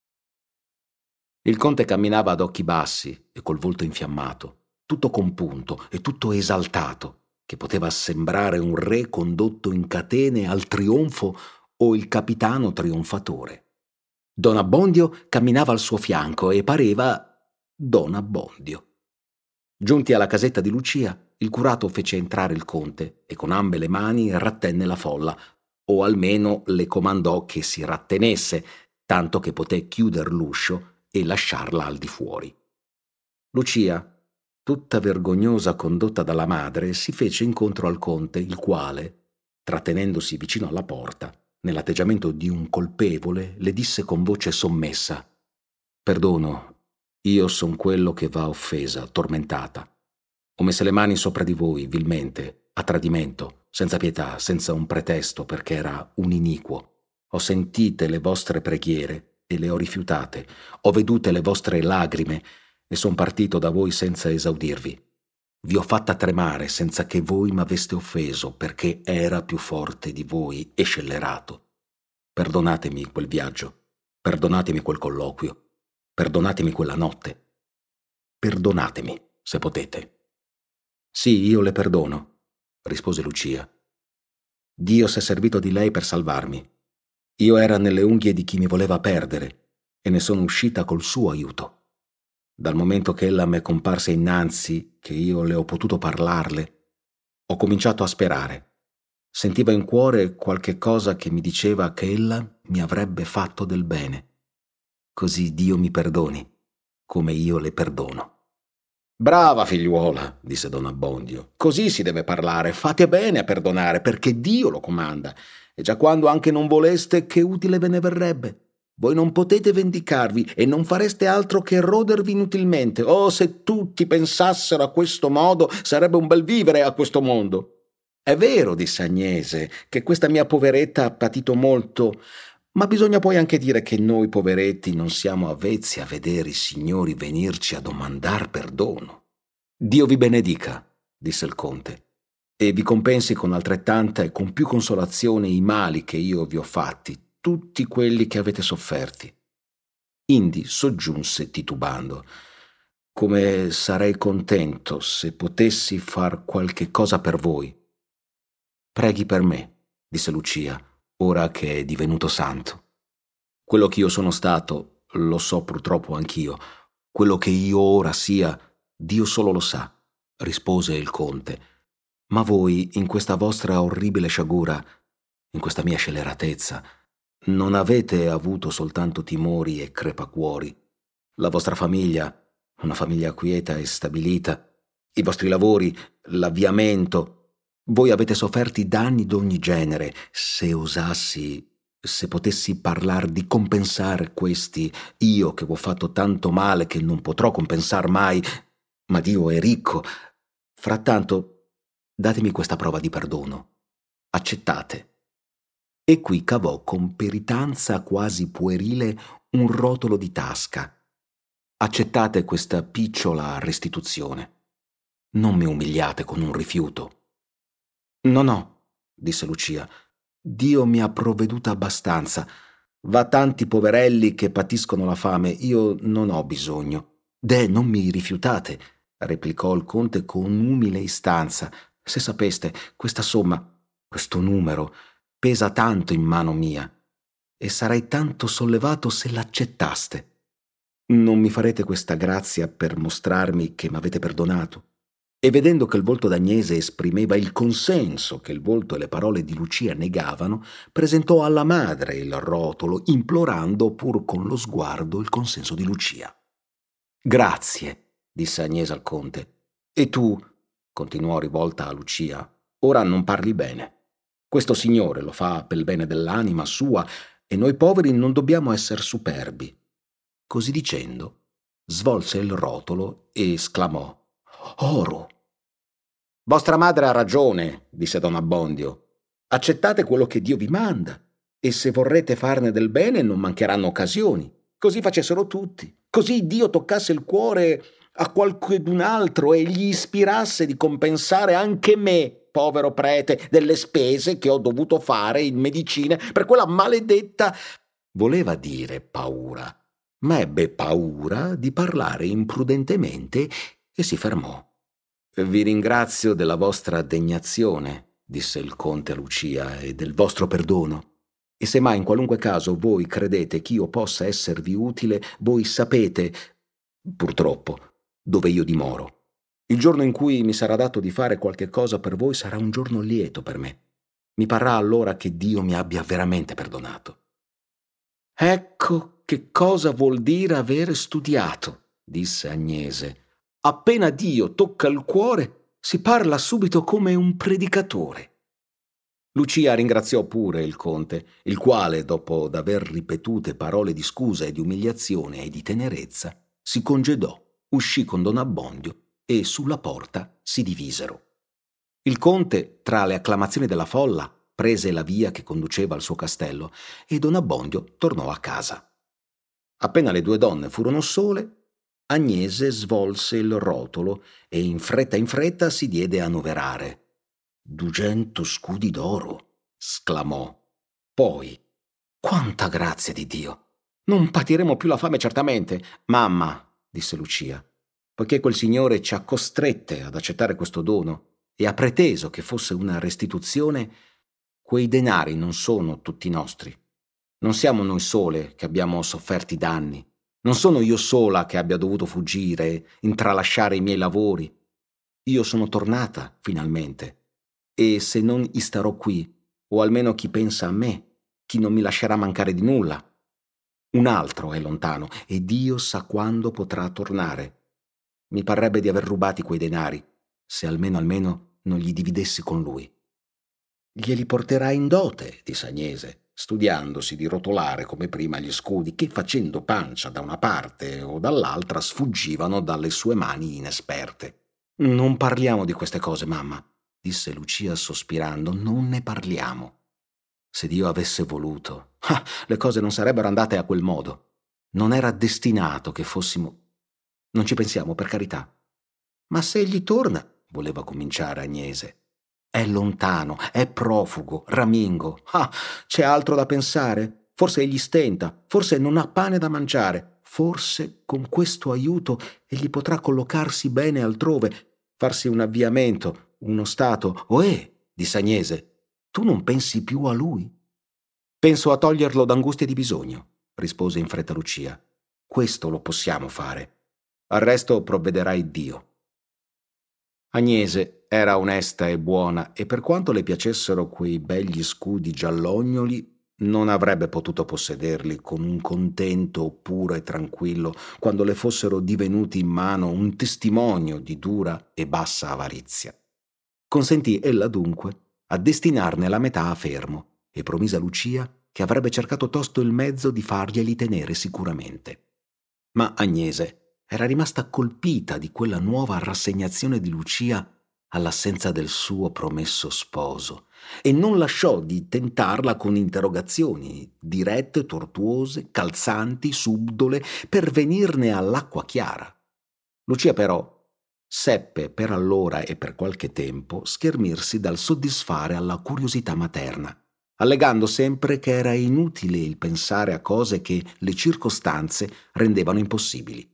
Il conte camminava ad occhi bassi e col volto infiammato, tutto compunto e tutto esaltato, che poteva sembrare un re condotto in catene al trionfo o il capitano trionfatore. Don Abbondio camminava al suo fianco e pareva Don Abbondio. Giunti alla casetta di Lucia, il curato fece entrare il conte e con ambe le mani rattenne la folla, o almeno le comandò che si rattenesse, tanto che poté chiuder l'uscio e lasciarla al di fuori. Lucia, tutta vergognosa condotta dalla madre, si fece incontro al conte, il quale, trattenendosi vicino alla porta, nell'atteggiamento di un colpevole, le disse con voce sommessa: «Perdono, io son quello che v'ha offesa, tormentata. Ho messe le mani sopra di voi, vilmente, a tradimento, senza pietà, senza un pretesto, perché era un iniquo. Ho sentite le vostre preghiere e le ho rifiutate. Ho vedute le vostre lagrime e son partito da voi senza esaudirvi. Vi ho fatta tremare senza che voi m'aveste offeso, perché era più forte di voi e scellerato. Perdonatemi quel viaggio, perdonatemi quel colloquio, perdonatemi quella notte. Perdonatemi, se potete». «Sì, io le perdono», rispose Lucia. «Dio s'è servito di lei per salvarmi. Io era nelle unghie di chi mi voleva perdere e ne sono uscita col suo aiuto. Dal momento che ella m'è comparsa innanzi, che io le ho potuto parlarle, ho cominciato a sperare. Sentiva in cuore qualche cosa che mi diceva che ella mi avrebbe fatto del bene. Così Dio mi perdoni, come io le perdono». «Brava figliuola», disse Don Abbondio, «così si deve parlare, fate bene a perdonare, perché Dio lo comanda, e già quando anche non voleste, che utile ve ne verrebbe? Voi non potete vendicarvi e non fareste altro che rodervi inutilmente. Oh, se tutti pensassero a questo modo, sarebbe un bel vivere a questo mondo. È vero, disse Agnese, che questa mia poveretta ha patito molto, ma bisogna poi anche dire che noi poveretti non siamo avvezzi a vedere i signori venirci a domandar perdono. Dio vi benedica, disse il conte, e vi compensi con altrettanta e con più consolazione i mali che io vi ho fatti, tutti quelli che avete sofferti. Indi soggiunse titubando: come sarei contento se potessi far qualche cosa per voi. Preghi per me, disse Lucia, ora che è divenuto santo. Quello che io sono stato, lo so purtroppo anch'io. Quello che io ora sia, Dio solo lo sa, rispose il conte. Ma voi, in questa vostra orribile sciagura, in questa mia scelleratezza, non avete avuto soltanto timori e crepacuori. La vostra famiglia, una famiglia quieta e stabilita, i vostri lavori, l'avviamento. Voi avete sofferti danni d'ogni genere. Se potessi parlar di compensare questi, io che vi ho fatto tanto male che non potrò compensar mai, ma Dio è ricco. Frattanto, datemi questa prova di perdono. Accettate. E qui cavò con peritanza quasi puerile un rotolo di tasca. Accettate questa picciola restituzione. Non mi umiliate con un rifiuto. No, disse Lucia, Dio mi ha provveduta abbastanza. Va tanti poverelli che patiscono la fame, io non ho bisogno. Deh, non mi rifiutate, replicò il conte con umile istanza. Se sapeste, questa somma, questo numero, pesa tanto in mano mia, e sarei tanto sollevato se l'accettaste. Non mi farete questa grazia per mostrarmi che m'avete perdonato? E vedendo che il volto d'Agnese esprimeva il consenso che il volto e le parole di Lucia negavano, presentò alla madre il rotolo, implorando pur con lo sguardo il consenso di Lucia. Grazie, disse Agnese al conte. E tu, continuò rivolta a Lucia, ora non parli bene. Questo signore lo fa pel bene dell'anima sua e noi poveri non dobbiamo essere superbi. Così dicendo, svolse il rotolo e esclamò: Oro! Vostra madre ha ragione, disse don Abbondio. Accettate quello che Dio vi manda, e se vorrete farne del bene non mancheranno occasioni. Così facessero tutti. Così Dio toccasse il cuore a qualcun altro e gli ispirasse di compensare anche me, povero prete, delle spese che ho dovuto fare in medicine per quella maledetta... Voleva dire paura, ma ebbe paura di parlare imprudentemente e si fermò. Vi ringrazio della vostra degnazione, disse il conte a Lucia, e del vostro perdono. E se mai in qualunque caso voi credete che io possa esservi utile, voi sapete, purtroppo, dove io dimoro. Il giorno in cui mi sarà dato di fare qualche cosa per voi sarà un giorno lieto per me. Mi parrà allora che Dio mi abbia veramente perdonato. Ecco che cosa vuol dire avere studiato, disse Agnese. Appena Dio tocca il cuore, si parla subito come un predicatore. Lucia ringraziò pure il conte, il quale, dopo d'aver ripetute parole di scusa e di umiliazione e di tenerezza, si congedò, uscì con don Abbondio e sulla porta si divisero. Il conte, tra le acclamazioni della folla, prese la via che conduceva al suo castello e don Abbondio tornò a casa. Appena le due donne furono sole, Agnese svolse il rotolo e in fretta si diede a noverare. 200 scudi d'oro, sclamò. Poi, quanta grazia di Dio! Non patiremo più la fame certamente. Mamma, disse Lucia, poiché quel signore ci ha costrette ad accettare questo dono e ha preteso che fosse una restituzione, quei denari non sono tutti nostri. Non siamo noi sole che abbiamo sofferti danni. Non sono io sola che abbia dovuto fuggire, intralasciare i miei lavori. Io sono tornata, finalmente, e se non starò qui, o almeno chi pensa a me, chi non mi lascerà mancare di nulla. Un altro è lontano, e Dio sa quando potrà tornare. Mi parrebbe di aver rubati quei denari, se almeno non li dividessi con lui. Glieli porterai in dote, disse Agnese. studiandosi di rotolare come prima gli scudi che, facendo pancia da una parte o dall'altra, sfuggivano dalle sue mani inesperte. «Non parliamo di queste cose, mamma», disse Lucia sospirando. «Non ne parliamo. Se Dio avesse voluto, le cose non sarebbero andate a quel modo. Non era destinato che fossimo... Non ci pensiamo, per carità». «Ma se egli torna», voleva cominciare Agnese. «È lontano, è profugo, ramingo. C'è altro da pensare? Forse egli stenta, forse non ha pane da mangiare. Forse con questo aiuto egli potrà collocarsi bene altrove, farsi un avviamento, uno stato». «Ohè», disse Agnese, «tu non pensi più a lui?» «Penso a toglierlo d'angustie di bisogno», rispose in fretta Lucia. «Questo lo possiamo fare. Al resto provvederà Dio». Agnese era onesta e buona e per quanto le piacessero quei begli scudi giallognoli, non avrebbe potuto possederli con un contento puro e tranquillo quando le fossero divenuti in mano un testimonio di dura e bassa avarizia. Consentì ella dunque a destinarne la metà a Fermo e promise a Lucia che avrebbe cercato tosto il mezzo di farglieli tenere sicuramente. Ma Agnese era rimasta colpita di quella nuova rassegnazione di Lucia all'assenza del suo promesso sposo e non lasciò di tentarla con interrogazioni dirette, tortuose, calzanti, subdole, per venirne all'acqua chiara. Lucia però seppe per allora e per qualche tempo schermirsi dal soddisfare alla curiosità materna, allegando sempre che era inutile il pensare a cose che le circostanze rendevano impossibili.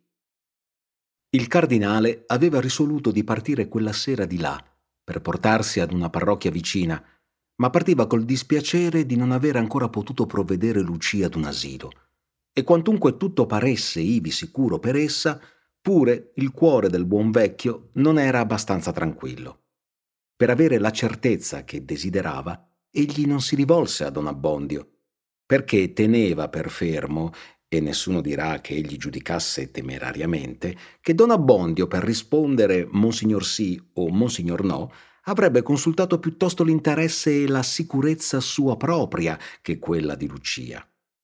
Il cardinale aveva risoluto di partire quella sera di là per portarsi ad una parrocchia vicina, ma partiva col dispiacere di non aver ancora potuto provvedere Lucia ad un asilo. E quantunque tutto paresse ivi sicuro per essa, pure il cuore del buon vecchio non era abbastanza tranquillo. Per avere la certezza che desiderava, egli non si rivolse a don Abbondio, perché teneva per fermo, e nessuno dirà che egli giudicasse temerariamente, che don Abbondio per rispondere Monsignor sì o Monsignor no avrebbe consultato piuttosto l'interesse e la sicurezza sua propria che quella di Lucia.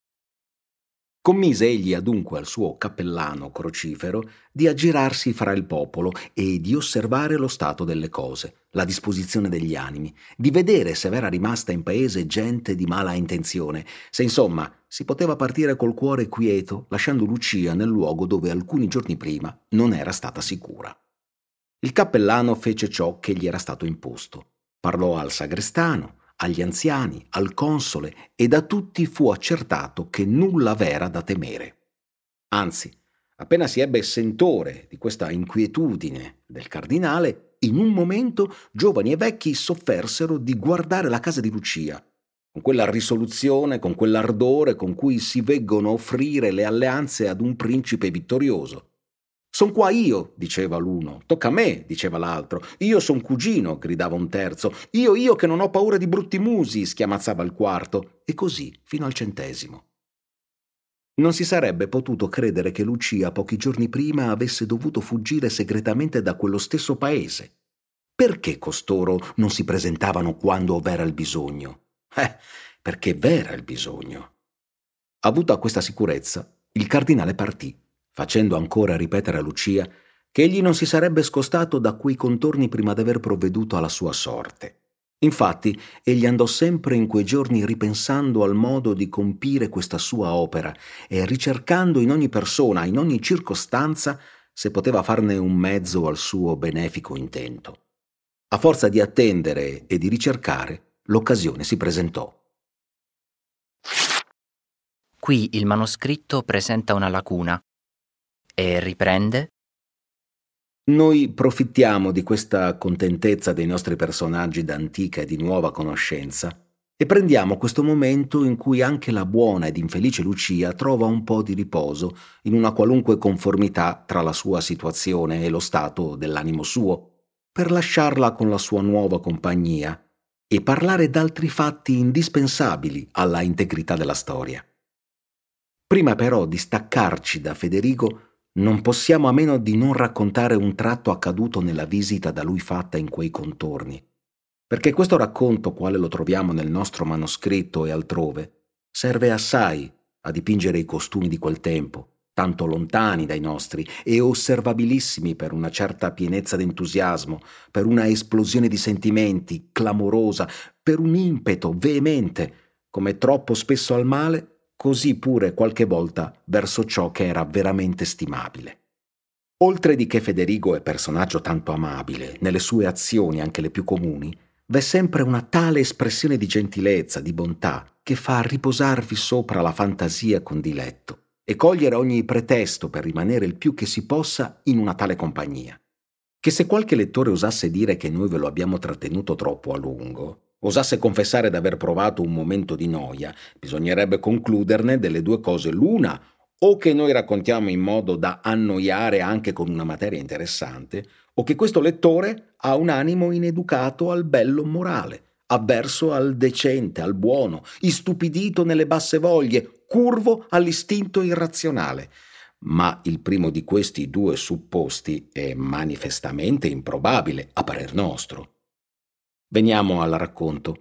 Commise egli adunque al suo cappellano crocifero di aggirarsi fra il popolo e di osservare lo stato delle cose, la disposizione degli animi, di vedere se era rimasta in paese gente di mala intenzione, se insomma si poteva partire col cuore quieto lasciando Lucia nel luogo dove alcuni giorni prima non era stata sicura. Il cappellano fece ciò che gli era stato imposto. Parlò al sagrestano, agli anziani, al console, e da tutti fu accertato che nulla v'era da temere. Anzi, appena si ebbe sentore di questa inquietudine del cardinale, in un momento giovani e vecchi s'offersero di guardare la casa di Lucia, con quella risoluzione, con quell'ardore con cui si veggono offrire le alleanze ad un principe vittorioso. «Son qua io», diceva l'uno. «Tocca a me», diceva l'altro. «Io son cugino», gridava un terzo. Io che non ho paura di brutti musi», schiamazzava il quarto. E così fino al 100°. Non si sarebbe potuto credere che Lucia pochi giorni prima avesse dovuto fuggire segretamente da quello stesso paese. Perché costoro non si presentavano quando v'era il bisogno? Perché v'era il bisogno. Avuta questa sicurezza, il cardinale partì, facendo ancora ripetere a Lucia che egli non si sarebbe scostato da quei contorni prima d'aver provveduto alla sua sorte. Infatti, egli andò sempre in quei giorni ripensando al modo di compire questa sua opera e ricercando in ogni persona, in ogni circostanza, se poteva farne un mezzo al suo benefico intento. A forza di attendere e di ricercare, l'occasione si presentò. Qui il manoscritto presenta una lacuna e riprende. Noi profittiamo di questa contentezza dei nostri personaggi d'antica e di nuova conoscenza e prendiamo questo momento in cui anche la buona ed infelice Lucia trova un po' di riposo in una qualunque conformità tra la sua situazione e lo stato dell'animo suo, per lasciarla con la sua nuova compagnia e parlare d'altri fatti indispensabili alla integrità della storia. Prima però di staccarci da Federigo, non possiamo a meno di non raccontare un tratto accaduto nella visita da lui fatta in quei contorni, perché questo racconto, quale lo troviamo nel nostro manoscritto e altrove, Serve assai a dipingere i costumi di quel tempo, tanto lontani dai nostri e osservabilissimi per una certa pienezza d'entusiasmo, per una esplosione di sentimenti clamorosa, per un impeto veemente, come troppo spesso al male, così pure qualche volta verso ciò che era veramente stimabile. Oltre di che Federigo è personaggio tanto amabile, nelle sue azioni anche le più comuni, v'è sempre una tale espressione di gentilezza, di bontà, che fa riposarvi sopra la fantasia con diletto e cogliere ogni pretesto per rimanere il più che si possa in una tale compagnia, che se qualche lettore osasse dire che noi ve lo abbiamo trattenuto troppo a lungo, osasse confessare d'aver provato un momento di noia, bisognerebbe concluderne delle due cose l'una, o che noi raccontiamo in modo da annoiare anche con una materia interessante, o che questo lettore ha un animo ineducato al bello morale, avverso al decente, al buono, istupidito nelle basse voglie, curvo all'istinto irrazionale. Ma il primo di questi due supposti è manifestamente improbabile, a parer nostro. Veniamo al racconto.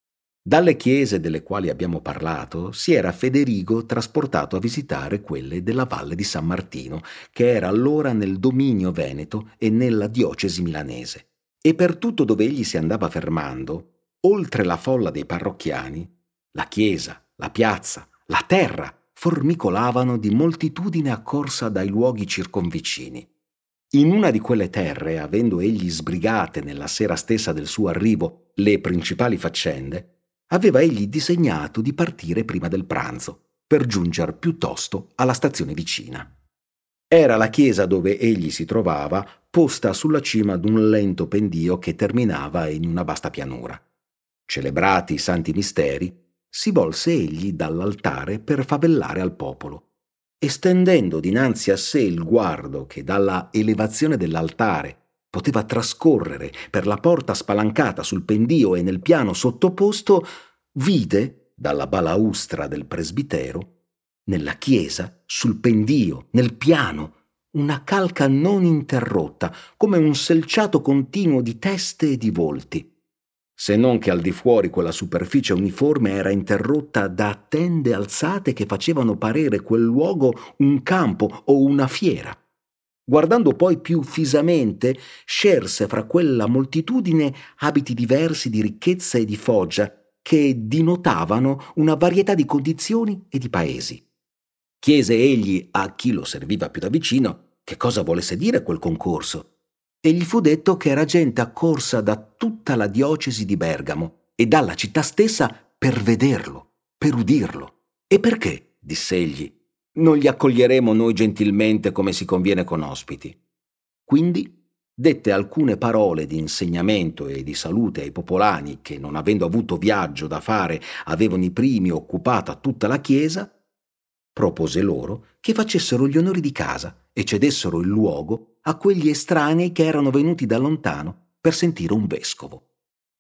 Dalle chiese delle quali abbiamo parlato si era Federigo trasportato a visitare quelle della Valle di San Martino, che era allora nel dominio veneto e nella diocesi milanese. E per tutto dove egli si andava fermando, oltre la folla dei parrocchiani, la chiesa, la piazza, la terra formicolavano di moltitudine accorsa dai luoghi circonvicini. In una di quelle terre, avendo egli sbrigate nella sera stessa del suo arrivo le principali faccende, aveva egli disegnato di partire prima del pranzo, per giunger piuttosto alla stazione vicina. Era la chiesa dove egli si trovava, posta sulla cima d'un lento pendio che terminava in una vasta pianura. Celebrati i santi misteri, si volse egli dall'altare per favellare al popolo, e stendendo dinanzi a sé il guardo che dalla elevazione dell'altare poteva trascorrere per la porta spalancata sul pendio e nel piano sottoposto, vide dalla balaustra del presbitero, nella chiesa, sul pendio, nel piano, una calca non interrotta, come un selciato continuo di teste e di volti, se non che al di fuori quella superficie uniforme era interrotta da tende alzate che facevano parere quel luogo un campo o una fiera. Guardando poi più fisamente, scerse fra quella moltitudine abiti diversi di ricchezza e di foggia, che dinotavano una varietà di condizioni e di paesi. Chiese egli a chi lo serviva più da vicino che cosa volesse dire quel concorso, e gli fu detto che era gente accorsa da tutta la diocesi di Bergamo e dalla città stessa per vederlo, per udirlo. E perché, diss'egli, non li accoglieremo noi gentilmente come si conviene con ospiti? Quindi dette alcune parole di insegnamento e di salute ai popolani che, non avendo avuto viaggio da fare, avevano i primi occupata tutta la chiesa, propose loro che facessero gli onori di casa e cedessero il luogo a quegli estranei che erano venuti da lontano per sentire un vescovo.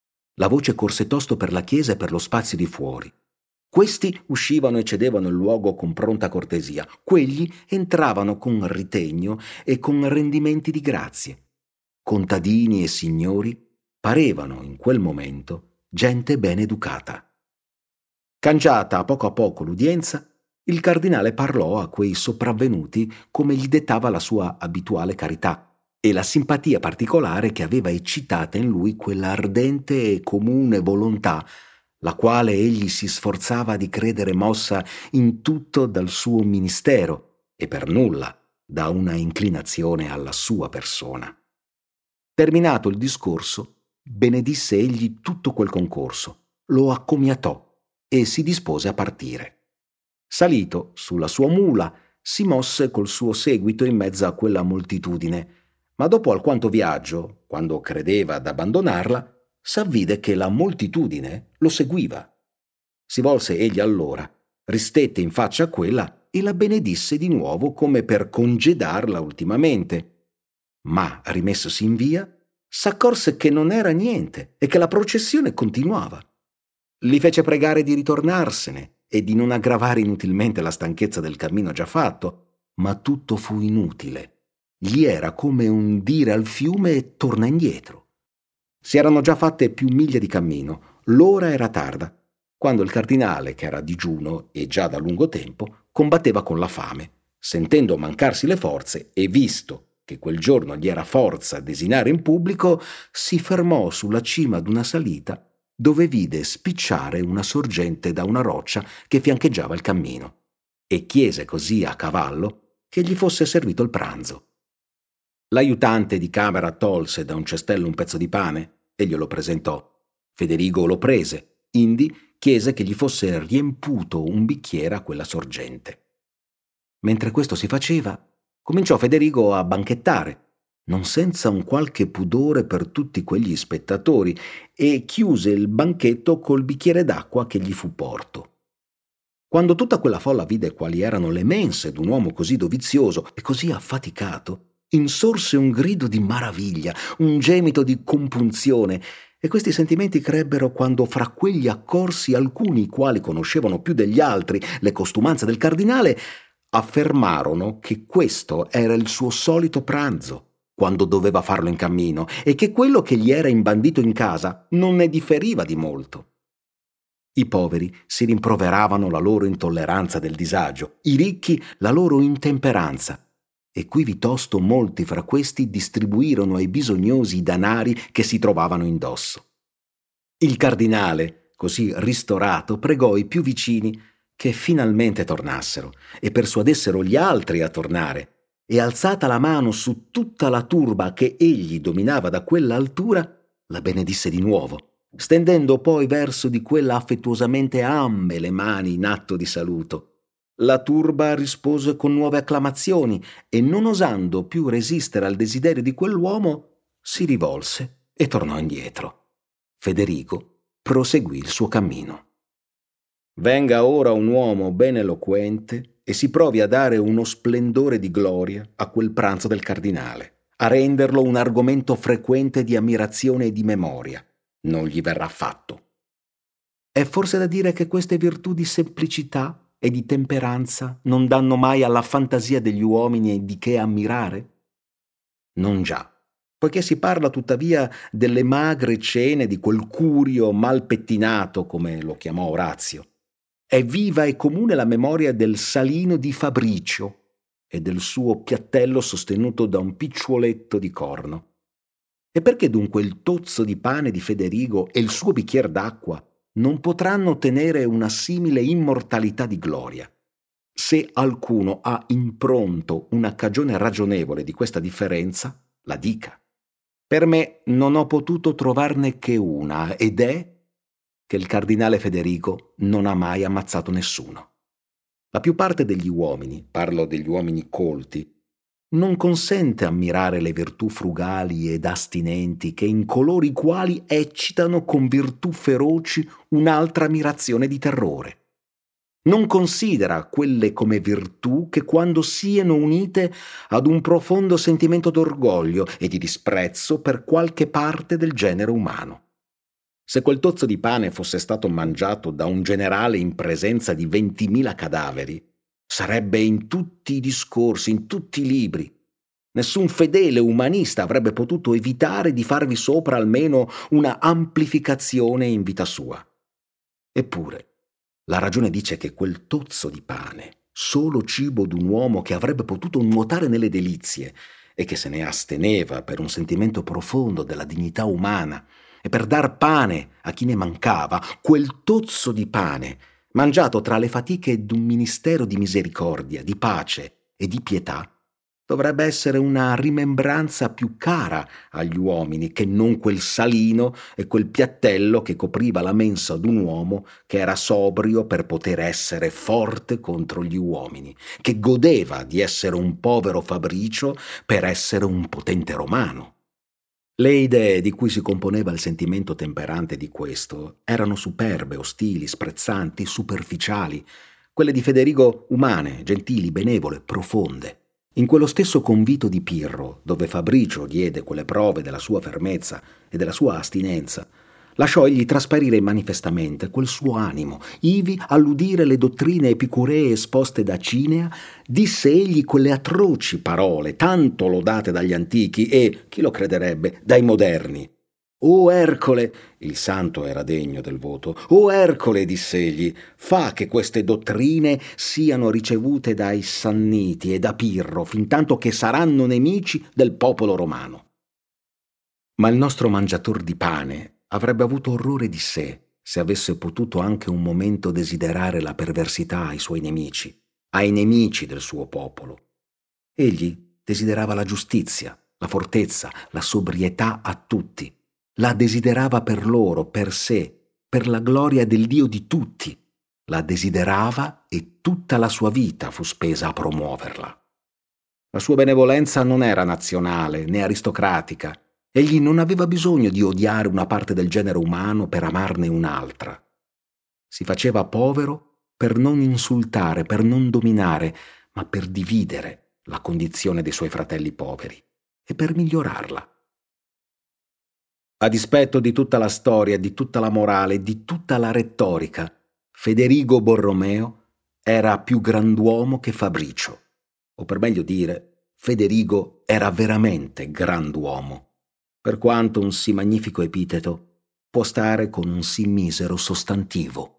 La voce corse tosto per la chiesa e per lo spazio di fuori. Questi uscivano e cedevano il luogo con pronta cortesia, quegli entravano con ritegno e con rendimenti di grazie. Contadini e signori parevano in quel momento gente ben educata. Cangiata a poco l'udienza, il cardinale parlò a quei sopravvenuti come gli dettava la sua abituale carità e la simpatia particolare che aveva eccitata in lui quella ardente e comune volontà, la quale egli si sforzava di credere mossa in tutto dal suo ministero e per nulla da una inclinazione alla sua persona. Terminato il discorso, benedisse egli tutto quel concorso, lo accomiatò e si dispose a partire. Salito sulla sua mula, si mosse col suo seguito in mezzo a quella moltitudine, ma dopo alquanto viaggio, quando credeva d'abbandonarla, s'avvide che la moltitudine lo seguiva. Si volse egli allora, ristette in faccia a quella e la benedisse di nuovo come per congedarla ultimamente. Ma, rimessosi in via, s'accorse che non era niente e che la processione continuava. Li fece pregare di ritornarsene e di non aggravare inutilmente la stanchezza del cammino già fatto, ma tutto fu inutile. Gli era come un dire al fiume torna indietro. Si erano già fatte più miglia di cammino, l'ora era tarda quando il cardinale, che era a digiuno e già da lungo tempo, combatteva con la fame, sentendo mancarsi le forze e visto che quel giorno gli era forza desinare in pubblico, si fermò sulla cima d'una salita dove vide spicciare una sorgente da una roccia che fiancheggiava il cammino e chiese così a cavallo che gli fosse servito il pranzo. L'aiutante di camera tolse da un cestello un pezzo di pane e glielo presentò. Federigo lo prese, indi chiese che gli fosse riemputo un bicchiere a quella sorgente. Mentre questo si faceva, cominciò Federigo a banchettare, non senza un qualche pudore per tutti quegli spettatori, e chiuse il banchetto col bicchiere d'acqua che gli fu porto. Quando tutta quella folla vide quali erano le mense d'un uomo così dovizioso e così affaticato, insorse un grido di maraviglia, un gemito di compunzione, e questi sentimenti crebbero quando fra quegli accorsi alcuni, i quali conoscevano più degli altri le costumanze del cardinale, affermarono che questo era il suo solito pranzo, quando doveva farlo in cammino, e che quello che gli era imbandito in casa non ne differiva di molto. I poveri si rimproveravano la loro intolleranza del disagio, i ricchi la loro intemperanza, e quivi tosto molti fra questi distribuirono ai bisognosi i danari che si trovavano indosso. Il cardinale, così ristorato, pregò i più vicini che finalmente tornassero e persuadessero gli altri a tornare, e alzata la mano su tutta la turba che egli dominava da quella altura, la benedisse di nuovo, stendendo poi verso di quella affettuosamente ambe le mani in atto di saluto. La turba rispose con nuove acclamazioni e, non osando più resistere al desiderio di quell'uomo, si rivolse e tornò indietro. Federigo proseguì il suo cammino. Venga ora un uomo ben eloquente e si provi a dare uno splendore di gloria a quel pranzo del cardinale, a renderlo un argomento frequente di ammirazione e di memoria. Non gli verrà fatto. È forse da dire che queste virtù di semplicità e di temperanza non danno mai alla fantasia degli uomini di che ammirare? Non già, poiché si parla tuttavia delle magre cene di quel Curio mal pettinato, come lo chiamò Orazio. È viva e comune la memoria del salino di Fabricio e del suo piattello sostenuto da un picciuoletto di corno. E perché dunque il tozzo di pane di Federigo e il suo bicchier d'acqua non potranno ottenere una simile immortalità di gloria? Se alcuno ha in pronto una cagione ragionevole di questa differenza, la dica. Per me non ho potuto trovarne che una, ed è che il cardinale Federigo non ha mai ammazzato nessuno. La più parte degli uomini, parlo degli uomini colti, non consente ammirare le virtù frugali ed astinenti che in coloro i quali eccitano con virtù feroci un'altra ammirazione di terrore. Non considera quelle come virtù che quando siano unite ad un profondo sentimento d'orgoglio e di disprezzo per qualche parte del genere umano. Se quel tozzo di pane fosse stato mangiato da un generale in presenza di 20.000 cadaveri, sarebbe in tutti i discorsi, in tutti i libri. Nessun fedele umanista avrebbe potuto evitare di farvi sopra almeno una amplificazione in vita sua. Eppure, la ragione dice che quel tozzo di pane, solo cibo d'un uomo che avrebbe potuto nuotare nelle delizie e che se ne asteneva per un sentimento profondo della dignità umana e per dar pane a chi ne mancava, quel tozzo di pane, mangiato tra le fatiche d'un ministero di misericordia, di pace e di pietà, dovrebbe essere una rimembranza più cara agli uomini che non quel salino e quel piattello che copriva la mensa d'un uomo che era sobrio per poter essere forte contro gli uomini, che godeva di essere un povero Fabricio per essere un potente romano. Le idee di cui si componeva il sentimento temperante di questo erano superbe, ostili, sprezzanti, superficiali, quelle di Federigo umane, gentili, benevole, profonde. In quello stesso convito di Pirro, dove Fabricio diede quelle prove della sua fermezza e della sua astinenza, lasciò egli trasparire manifestamente quel suo animo, ivi all'udire le dottrine epicuree esposte da Cinea, disse egli quelle atroci parole, tanto lodate dagli antichi e, chi lo crederebbe, dai moderni. «O Ercole», il santo era degno del voto, «O Ercole», diss'egli, «fa che queste dottrine siano ricevute dai Sanniti e da Pirro, fintanto che saranno nemici del popolo romano». Ma il nostro mangiator di pane avrebbe avuto orrore di sé se avesse potuto anche un momento desiderare la perversità ai suoi nemici, ai nemici del suo popolo. Egli desiderava la giustizia, la fortezza, la sobrietà a tutti. La desiderava per loro, per sé, per la gloria del Dio di tutti. La desiderava e tutta la sua vita fu spesa a promuoverla. La sua benevolenza non era nazionale né aristocratica. Egli non aveva bisogno di odiare una parte del genere umano per amarne un'altra. Si faceva povero per non insultare, per non dominare, ma per dividere la condizione dei suoi fratelli poveri e per migliorarla. A dispetto di tutta la storia, di tutta la morale, di tutta la retorica, Federigo Borromeo era più grand'uomo che Fabricio, o per meglio dire, Federigo era veramente grand'uomo, per quanto un sì magnifico epiteto può stare con un sì misero sostantivo.